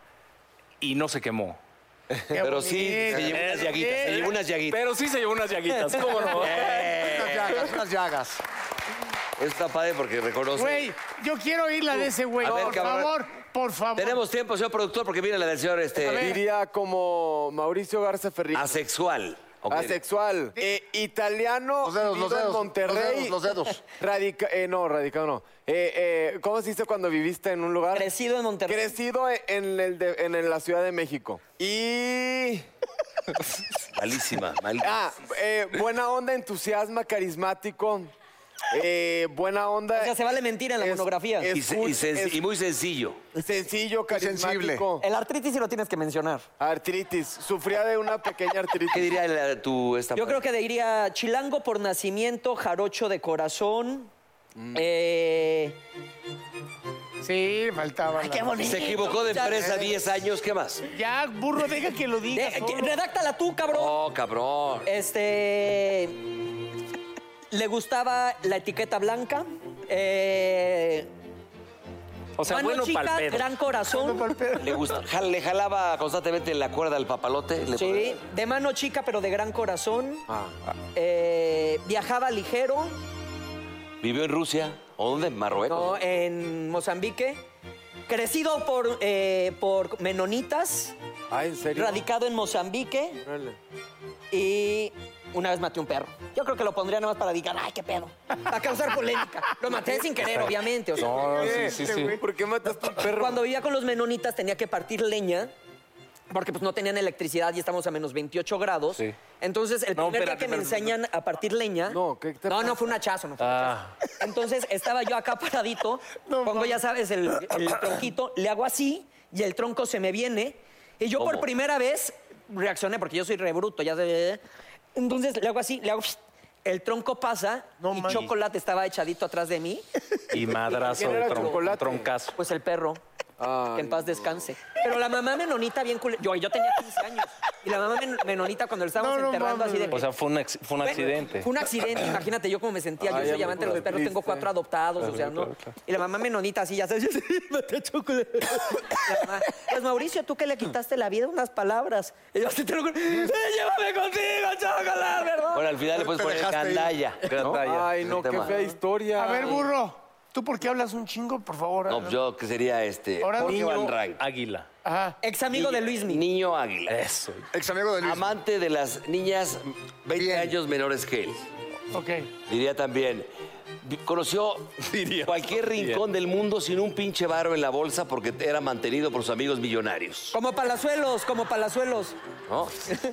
y no se quemó. Pero sí, se llevó unas llaguitas, se llevó unas llaguitas. Pero sí se llevó unas llaguitas, ¿cómo no? Unas llagas, unas llagas. Está padre porque reconoce. Güey, yo quiero oír la de ese güey. A ver, Por cabrón. favor, por favor. Tenemos tiempo, señor productor, porque viene la del señor este, Diría como Mauricio Garza Ferriz. asexual. Ok. Asexual. Eh, italiano. Los dedos, los vivido en dedos, Monterrey. los dedos, los dedos. Radica eh, no, radicado no. Eh, eh, ¿Cómo se dice cuando viviste en un lugar? Crecido en Monterrey. Crecido en, el de- en el- la Ciudad de México. Y... Malísima, malísima. Ah, eh, buena onda, entusiasma, carismático. Eh, buena onda. O sea, se vale mentir en la Es- monografía. es Y, se- cool, y sen- es y muy sencillo. sencillo, carismático. El artritis sí lo tienes que mencionar. Artritis. Sufría de una pequeña artritis. ¿Qué diría la- tu esta Yo creo que diría chilango por nacimiento, jarocho de corazón. Eh, Sí, faltaba. Ay, la- qué bonito. Se equivocó de empresa diez años, ¿qué más? Ya, burro, deja que lo diga. De- solo. redáctala tú, cabrón. Oh, cabrón. Este. Le gustaba la etiqueta blanca. Eh, O sea, Mano bueno chica, pa'l pedo. gran corazón. Le gusta, jal- le jalaba constantemente la cuerda al papalote. Le Sí, de mano chica, pero de gran corazón. Eh, viajaba ligero. Vivió en Rusia. ¿O dónde? ¿En Marruecos? No, en Mozambique. Crecido por, eh, por menonitas. Ah, ¿en serio? Radicado en Mozambique. Órale. Y una vez maté un perro. Yo creo que lo pondría nada más para dedicar, ay, qué pedo. Para causar polémica. Lo maté sin querer, obviamente. O sea, No, ¿Qué? sí, sí, sí. ¿Por qué mataste a un perro? Cuando vivía con los menonitas tenía que partir leña. Porque pues no tenían electricidad y estamos a menos veintiocho grados. Sí. Entonces, el No, primer espérate, día que me espérate. enseñan a partir leña... No, ¿qué te No, pasa? no, fue un hachazo, no fue un Ah. hachazo. Entonces, estaba yo acá paradito, pongo, ya sabes, el, el tronquito, le hago así y el tronco se me viene. Y yo por ¿Cómo? primera vez reaccioné, porque yo soy re bruto, ya sé. Entonces, le hago así, le hago... El tronco pasa y Chocolate estaba echadito atrás de mí. Y madrazo ¿Quién de era tron- Chocolate? troncazo. Pues el perro. Ay, Que en paz descanse. Pero la mamá menonita bien culera. Yo, yo tenía quince años. Y la mamá men- menonita cuando le estábamos No, no enterrando así de... O sea, fue un, ex- fue un Fue- accidente. Fue un accidente, imagínate yo cómo me sentía. Ay, Yo ya soy me amante de los puse perros, tengo triste. cuatro adoptados, o sea, ¿no? claro, claro. Y la mamá menonita así, ya sabes, mate a Chocolate. La mamá, pues Mauricio, tú que le quitaste la vida unas palabras. Y yo así te lo juro, "Sí, llévame contigo, Chocolate, ¿verdad? Bueno, al final le puedes Te poner dejaste ir. candalla. ¿no? Ay, no, El qué tema. fea historia. A ver, burro, ¿tú por qué hablas un chingo, por favor? No, pues yo que sería este. Ahora Jorge niño- Van Rank. Águila. Ajá. Ex amigo de Luismi. Niño águila. Eso. Ex amigo de Luis. Amante de las niñas veinte Bien. años menores que él. Ok. Diría también. vi- Conoció cualquier rincón del mundo sin un pinche varo en la bolsa porque era mantenido por sus amigos millonarios. Como palazuelos, como palazuelos. ¿No?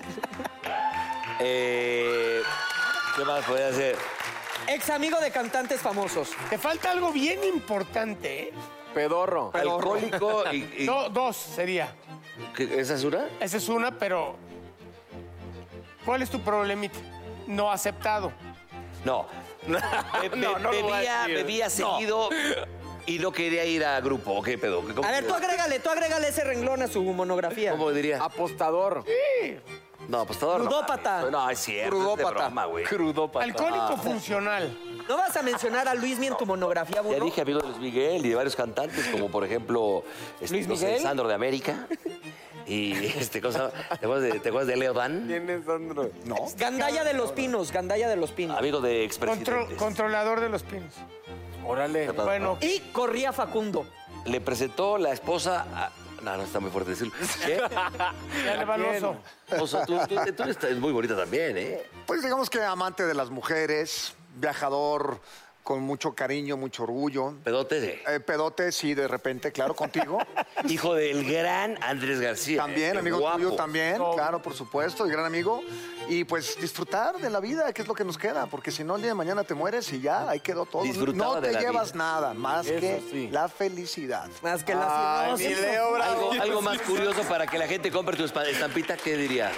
Eh, ¿Qué más podría hacer? Ex amigo de cantantes famosos. Te falta algo bien importante, ¿eh? Pedorro. Alcohólico y. y- Do- dos sería. ¿qué- ¿Esa es una? Esa es una, pero... ¿Cuál es tu problemita? No aceptado. No. Be- be- No, no lo voy a bebía, decir. bebía No. seguido y no quería ir a grupo. ¿Qué pedo? ¿Cómo, A ver, tú agrégale, tú agrégale ese renglón a su monografía. ¿Cómo diría? Apostador. No, apostador. no. Ludópata. No, es cierto. Crudópata. Es de broma, güey. Crudópata. Alcohólico funcional. ¿No vas a mencionar a Luismi en tu monografía, Ya burro? dije amigo de Luis Miguel y de varios cantantes, como por ejemplo este, Luis no sé, Miguel. Sandro de América. Y este cosa, ¿te acuerdas de, te acuerdas de Leo Dan? ¿Quién es Sandro? No. Gandaya de los Pinos, Gandaya de los Pinos. Amigo de Contro- expresidentes. controlador de los pinos. Órale. Bueno, Y corría Facundo. Le presentó la esposa a... No, no está muy fuerte decirlo. ¿Qué? ya le va el oso. Oso, tú, tú, tú eres muy bonita también, ¿eh? Pues digamos que amante de las mujeres, viajador con mucho cariño, mucho orgullo. Pedote de... Eh, pedote, sí, de repente, claro, contigo. Hijo del gran Andrés García. También, Qué amigo guapo. tuyo también, claro, por supuesto, y gran amigo. Y pues disfrutar de la vida, que es lo que nos queda, porque si no, el día de mañana te mueres y ya, ahí quedó todo. Disfrutaba no de te la llevas vida. nada, más Eso que sí. la felicidad. Más que la Ay, mi Leo, bravo. Algo, algo más curioso para que la gente compre tu espa- estampita, ¿qué diría?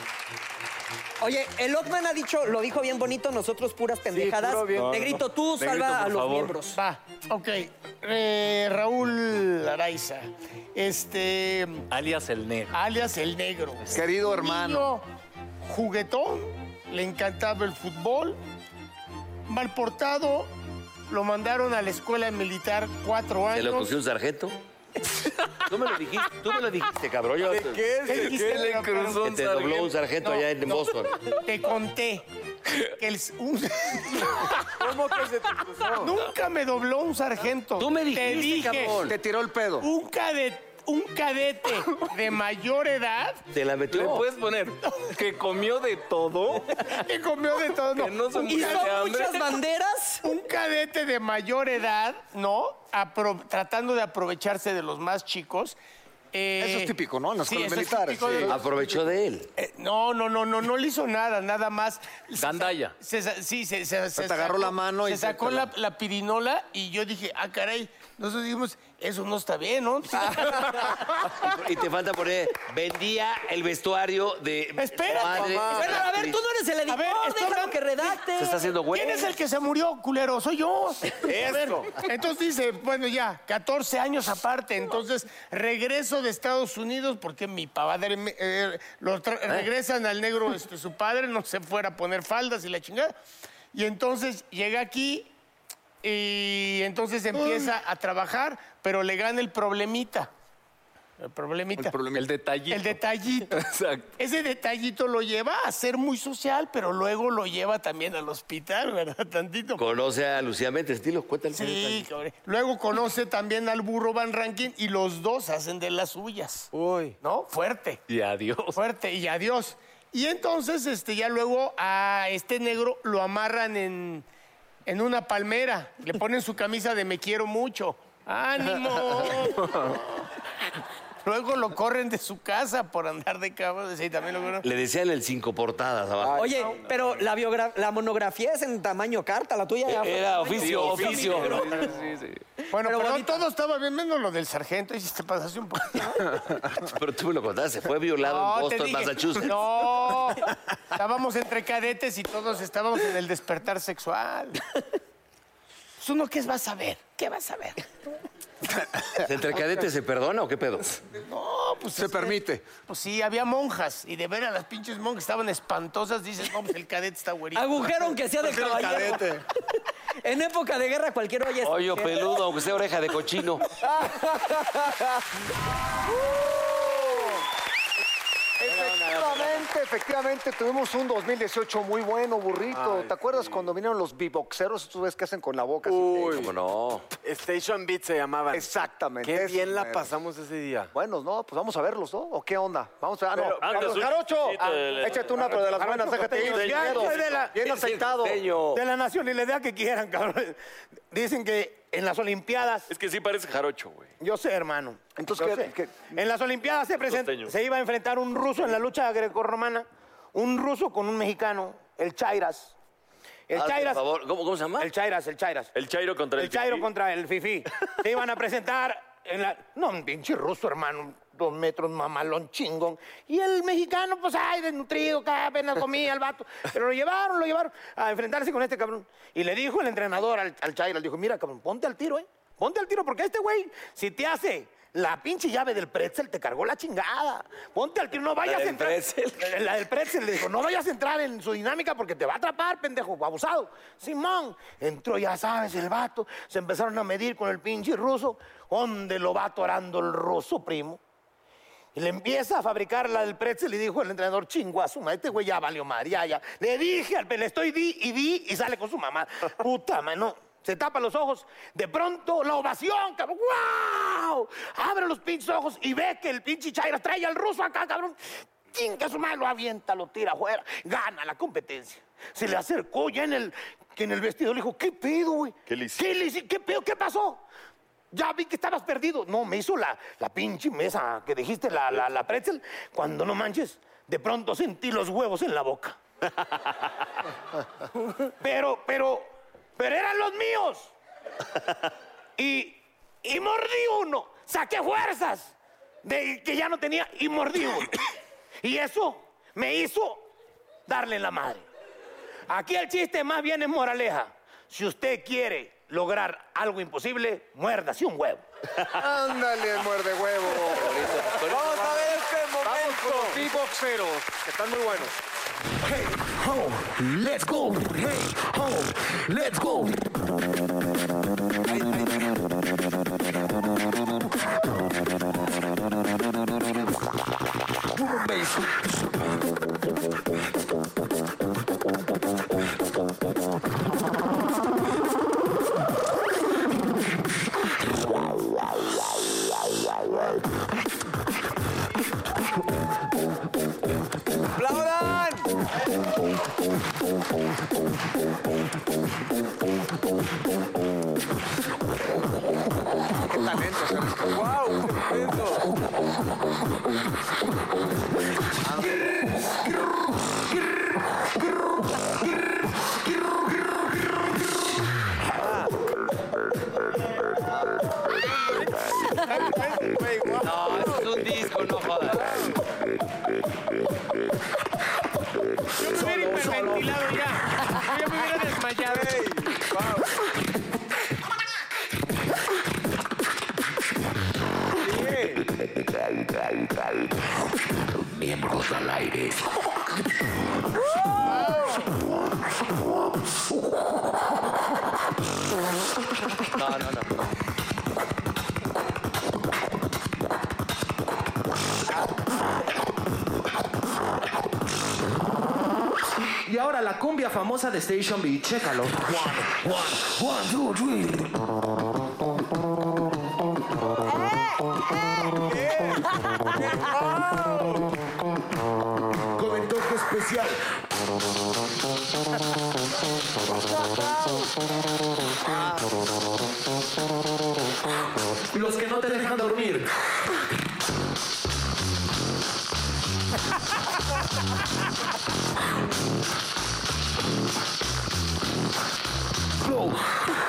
Oye, el Ockman ha dicho, lo dijo bien bonito, nosotros puras pendejadas. puro bien. Negrito, tú Negrito, salva a por los favor. miembros. Va, ok. Eh, Raúl Araiza, este, Alias el negro. alias El Negro. Querido hermano. Niño juguetón, le encantaba el fútbol. Mal portado, lo mandaron a la escuela militar cuatro ¿Se lo años. cogió un sargento? Tú me lo dijiste, tú me lo dijiste, cabrón. Yo, ¿De qué es? ¿Qué ¿De dijiste? qué le cruzó que un te dobló sargento? un sargento No, allá en no. Boston. Te conté que el- un- ¿Cómo que se te cruzó? nunca me dobló un sargento. Tú me Te dijiste, dije, cabrón. Te tiró el pedo. un cadete, un cadete de mayor edad Te la ¿Le metió. puedes poner que comió de todo? que comió de todo. No. Que no se Un murió de ¿Hizo hambre. muchas banderas? Un cadete de mayor edad, ¿no? Apro- tratando de aprovecharse de los más chicos. Eh, Eso es típico, ¿no? En las sí, escuelas eso es militares, típico de sí. los- Aprovechó de él. Eh, no, no, no, no, no le hizo nada, nada más. Gandaya. Se sa- sí, se, se, se te agarró la mano y se se sacó te la, la- la pirinola y yo dije, ah, caray. Nosotros dijimos, eso no está bien, ¿no? Y te falta poner, vendía el vestuario de Espérate, madre. mamá. Bueno, a ver, tú no eres el editor, A ver, estoy déjalo hablando- que redacte. Se está haciendo güey. ¿Quién es el que se murió, culero? Soy yo. A ver, entonces dice, bueno, ya, catorce años aparte. Entonces regreso de Estados Unidos porque mi padre me- eh, lo tra- regresan al negro, este, su padre, no se fuera a poner faldas y la chingada. Y entonces llega aquí y entonces empieza a trabajar, pero le gana el problemita. El problemita. El, problema, el detallito. El detallito. Exacto. Ese detallito lo lleva a ser muy social, pero luego lo lleva también al hospital, ¿verdad? Tantito. Conoce a Lucía Méndez, dilo, cuéntale. Sí, cabrón. Luego conoce también al burro Van Rankin y los dos hacen de las suyas. Uy. ¿No? Fuerte. Y adiós. Fuerte, y adiós. Y entonces, este, ya luego a este negro lo amarran en, en una palmera. Le ponen su camisa de me quiero mucho. ¡Ánimo! Luego lo corren de su casa por andar de cabrón. Sí, también lo... Le decían el cinco portadas abajo. Oye, pero la, biogra- la monografía es en tamaño carta, la tuya ya fue Era tamaño- oficio, oficio. Sí, sí. Bueno, Pero pero bonita. todo estaba bien, menos lo del sargento. Y si te pasaste un poco. Pero tú me lo contaste, fue violado en te Boston, dije, Massachusetts. No, estábamos entre cadetes y todos estábamos en el despertar sexual. Pues uno, ¿qué vas a ver? ¿Qué vas a ver? ¿Entre cadetes se perdona o qué pedo? No, pues... Se este, permite. Pues sí, había monjas. Y de ver a las pinches monjas estaban espantosas. Dices, no, pues el cadete está güerito. Agujero aunque sea de Prefiero el caballero. cadete. En época de guerra cualquier olla es... Hoyo peludo, aunque sea oreja de cochino. Efectivamente, efectivamente, tuvimos un dos mil dieciocho muy bueno, burrito. Ay, ¿Te acuerdas sí. cuando vinieron los beatboxeros? Tú ves que hacen con la boca. así? Uy. ¿Cómo no? Station Beat se llamaban. Exactamente. Qué esos bien la meros. pasamos ese día. Bueno, no, pues vamos a verlos, ¿no? ¿O qué onda? Vamos a... Ah, no. Pero- antes Carlos un Jarocho, chistecito ah, de- échate una, pero de las buenas, déjate ir. Ya, miedo. soy de la- Bien aceitado. De la nación y la idea que quieran, cabrón. Dicen que en las Olimpiadas... Es que sí parece jarocho, güey. Yo sé, hermano. Entonces, Yo ¿qué- sé. qué- En las Olimpiadas se, present- Costeño. se iba a enfrentar un ruso en la lucha grecorromana, un ruso con un mexicano, el Chairas. El Hazme Chairas. por favor, ¿Cómo, ¿Cómo se llama? El Chairas, el Chairas. El Chairo contra el El Chairo Fifi. contra el Fifi. Se iban a presentar en la... No, un pinche ruso, hermano. Dos metros, mamalón, chingón. Y el mexicano, pues, ay, desnutrido, cada apenas comía el vato. Pero lo llevaron, lo llevaron a enfrentarse con este cabrón. Y le dijo el entrenador al, al Chairo, le dijo, mira, cabrón, ponte al tiro, ¿eh? Ponte al tiro, porque este güey, si te hace la pinche llave del pretzel, te cargó la chingada. Ponte al tiro, no vayas del a entrar. pretzel. La del pretzel, le dijo, no vayas a entrar en su dinámica porque te va a atrapar, pendejo, abusado. Simón, entró, ya sabes, el vato. Se empezaron a medir con el pinche ruso. ¿Dónde lo va atorando el ruso, primo? Y le empieza a fabricar la del pretzel y dijo el entrenador, chingo a su madre, este güey ya valió madre, ya, ya. Le dije, al pe- le estoy di y di y sale con su mamá. Puta, mano. Se tapa los ojos. De pronto, la ovación, cabrón. ¡Wow! Abre los pinches ojos y ve que el pinche Chaira trae al ruso acá, cabrón. Chinga su madre, lo avienta, lo tira afuera. Gana la competencia. Se le acercó ya en el, que en el vestido. Le dijo, ¿qué pedo, güey? ¿Qué le hice? ¿Qué le hice? ¿Qué pedo? ¿Qué pasó? Ya vi que estabas perdido. No, me hizo la, la pinche mesa que dijiste, la, la, la pretzel. Cuando no manches, de pronto sentí los huevos en la boca. Pero, pero, pero eran los míos. Y, y mordí uno. Saqué fuerzas de que ya no tenía y mordí uno. Y eso me hizo darle en la madre. Aquí el chiste más bien es moraleja. Si usted quiere lograr algo imposible, muérdase un huevo. Ándale, muerde huevo. Vamos a ver este Vamos con los momento. beatboxeros, que están muy buenos. Hey, ho, let's go. Hey, ho, let's go. ¡Aplaudan! Qué talento, ¿sabes? ¡Wow! ¡Qué talento! No, eso es un disco, no jodas. Yo me hubiera hiperventilado ya. Yo ya me hubiera desmayado. Miembros al aire. no, no, no. Y ahora la cumbia famosa de Station B, chécalo. One, one, one, two, three. Con el toque especial. Los que no te dejan dormir. Flow.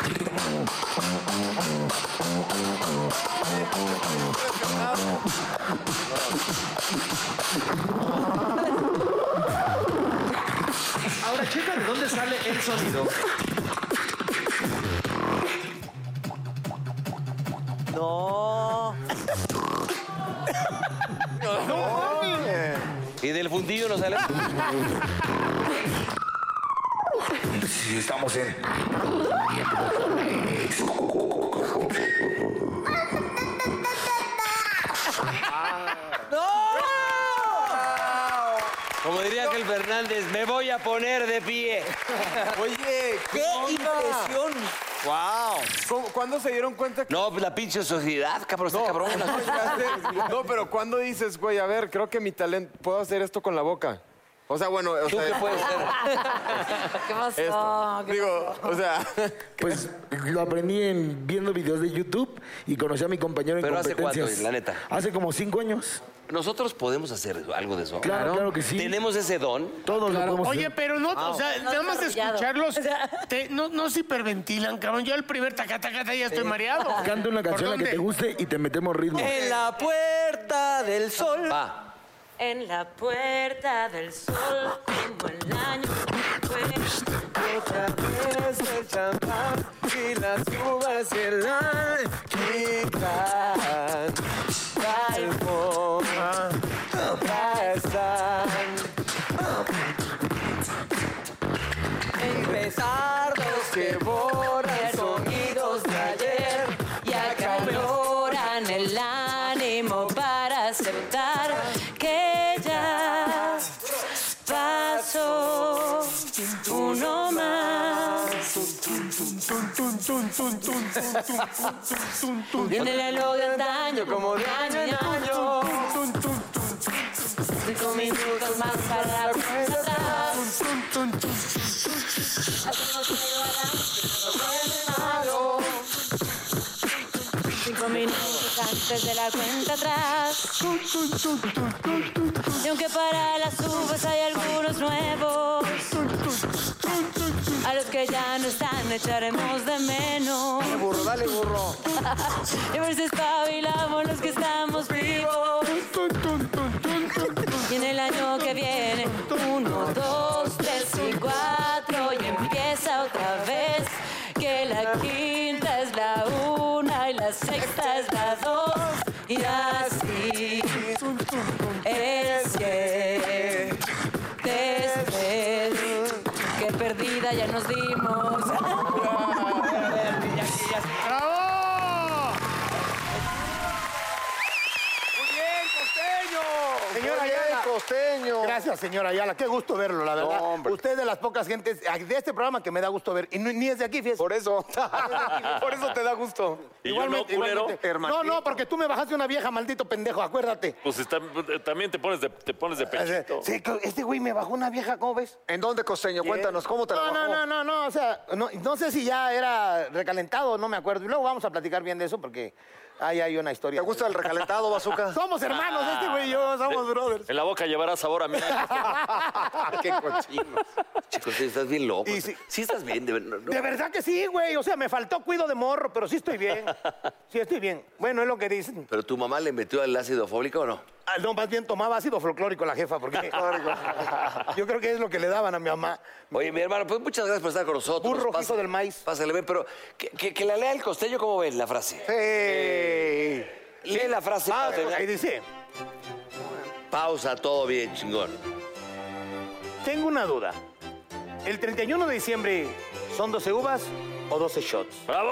Ahora checa de dónde sale el sonido. No. No. Y del fundillo no sale. Sí, estamos en. Como diría aquel Fernández, me voy a poner de pie. Oye, ¡qué impresión! ¡Wow! ¿Cuándo se dieron cuenta que.? No, pues la pinche sociedad, cabrón, está cabrón. No, pero ¿cuándo dices, güey, a ver, creo que mi talento, puedo hacer esto con la boca? O sea, bueno, o ¿Tú sea, qué puedes hacer? ¿Qué pasó? Esto. ¿Qué Digo, pasó? o sea, Pues lo aprendí en, viendo videos de YouTube y conocí a mi compañero en ¿Pero hace competencias. cuánto, la neta? Hace como cinco años. ¿Nosotros podemos hacer eso- algo de eso? Claro, claro que sí. ¿Tenemos ese don? Todos lo podemos Oye, hacer. pero no, o sea, No, nada más de desarrollado. escucharlos, te- no, no se hiperventilan, cabrón. Yo el primer tacatacata ya estoy mareado. Canta una ¿Por canción la que dónde? te guste y te metemos ritmo. En la puerta del sol. Va. En la puerta del sol, como el año fue. otra vez el champán y las uvas y el quitan calma, pasan. Pesardos que borran sonidos de ayer Y acaloran el ánimo para aceptar que ya pasó uno más. En el reloj de antaño, como de año en año. Cinco minutos más para la cuenta atrás. Hacemos algo malo. Cinco minutos antes de la cuenta atrás. Y aunque para las uvas hay algunos nuevos, a los que ya no están echaremos de menos. Dale, burro, dale, burro. Y a ver si espabilamos los que estamos vivos. Y en el año que viene, uno, dos, tres y cuatro, y empieza otra vez. Que la quinta es la una y la sexta es la dos. Y así es que después que perdida ya nos dimos. ¡Bravo! Muy bien, costeño. Señora Muy bien, Ayala. costeño. Gracias, señora Ayala. Qué gusto verlo, la verdad. No, hombre. Usted es de las pocas gentes de este programa que me da gusto ver. Y no- ni es de aquí, fíjese. Por eso, por eso te da gusto. Y yo no, culero. No, no, porque tú me bajaste una vieja, maldito pendejo, acuérdate. Pues está- también te pones de, te pones de pechito. Sí, que este güey me bajó una vieja, ¿cómo ves? ¿En dónde, costeño? Cuéntanos, ¿cómo te la No, bajó? no, no, no, no, o sea, no, no sé si ya era recalentado, no me acuerdo. Y luego vamos a platicar bien de eso porque ahí hay una historia. ¿Te gusta el recalentado, bazooka? Somos hermanos, este güey y yo, somos brothers. En la boca llevará sabor a mí. Qué cochino. Chicos, sí, estás bien loco. Y sí. Sí estás bien, de verdad. De verdad que sí, güey. O sea, me faltó cuido de morro, pero sí estoy bien. Sí estoy bien. Bueno, es lo que dicen. ¿Pero tu mamá le metió el ácido fólico o no? Ah, no, más bien tomaba ácido folclórico la jefa, porque yo creo que es lo que le daban a mi mamá. Oye, mi hermano, pues muchas gracias por estar con nosotros. Burro Pasa- rojizo del maíz. Pásale, ven, pero que, que- que la lea el costeño, ¿cómo ves la frase? Sí. Lee la frase. Ah, para terminar. ahí dice, Pausa, todo bien, chingón. tengo una duda. ¿El treinta y uno de diciembre son doce uvas o doce shots? ¡Bravo!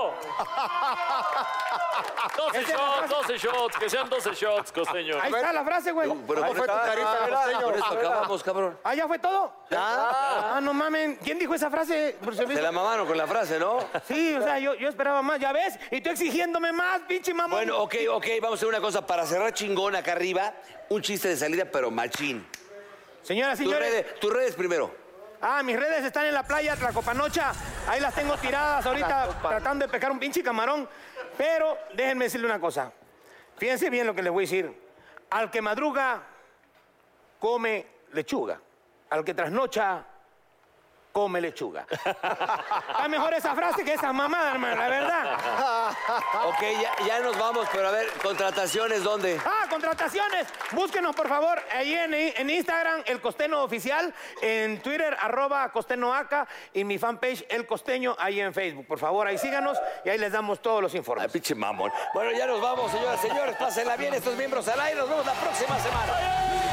doce shots, doce shots, que sean doce shots, costeño. Ahí está la frase, güey. Pero Ahí ¿cómo fue tu está? tarifa, Ah, costeño. Con esto acabamos, cabrón. Ah, ¿ya fue todo? Ya. Ah, no mamen. ¿Quién dijo esa frase? Por si Se la mamaron con la frase, ¿no? Sí, o sea, yo, yo esperaba más, ¿ya ves? Y tú exigiéndome más, pinche mamón. Bueno, ok, ok, vamos a hacer una cosa. Para cerrar chingón acá arriba, un chiste de salida, pero machín. Señoras, Tus señores. redes, tus redes primero. Ah, mis redes están en la playa Tlacopanocha. Ahí las tengo tiradas ahorita tratando de pescar un pinche camarón. Pero déjenme decirle una cosa. Fíjense bien lo que les voy a decir. Al que madruga, come lechuga. Al que trasnocha, come lechuga. Está mejor esa frase que esa mamada, hermano, la verdad. Ok, ya, ya nos vamos, pero a ver, contrataciones, ¿dónde? Ah, contrataciones. Búsquenos, por favor, ahí en, en Instagram, El Costeño Oficial, en Twitter, arroba Costenoaca, y mi fanpage, El Costeño, ahí en Facebook. Por favor, ahí síganos y ahí les damos todos los informes. Ay, pinche mamón. Bueno, ya nos vamos, señoras, señores. Pásenla bien, estos miembros al aire. Nos vemos la próxima semana.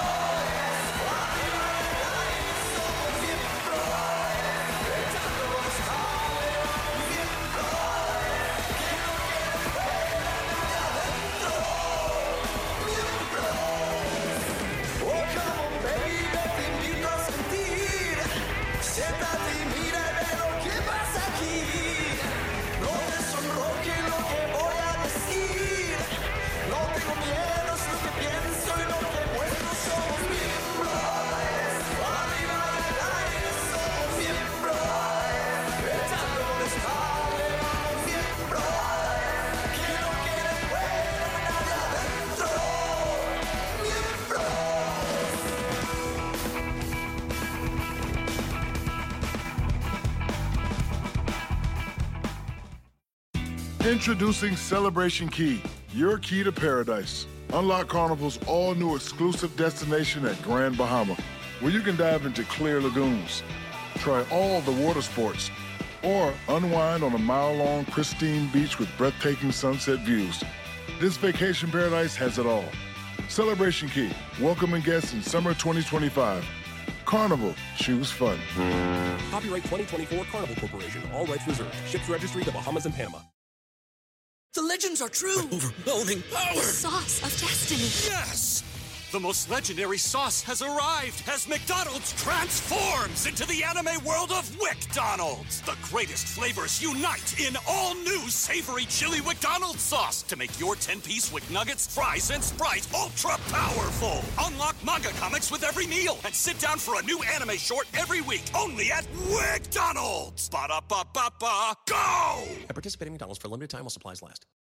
Introducing Celebration Key, your key to paradise. Unlock Carnival's all-new exclusive destination at Grand Bahama, where you can dive into clear lagoons, try all the water sports, or unwind on a mile-long pristine beach with breathtaking sunset views. This vacation paradise has it all. Celebration Key, welcoming guests in summer twenty twenty-five. Carnival, choose fun. Copyright twenty twenty-four Carnival Corporation, all rights reserved. Ships registry the Bahamas and Panama. The legends are true. Overwhelming power! The sauce of destiny. Yes! The most legendary sauce has arrived as McDonald's transforms into the anime world of WickDonald's. The greatest flavors unite in all-new savory chili McDonald's sauce to make your ten-piece Wick Nuggets, fries, and Sprite ultra-powerful. Unlock manga comics with every meal and sit down for a new anime short every week only at WickDonald's. Ba-da-ba-ba-ba, go! At participating McDonald's for a limited time while supplies last.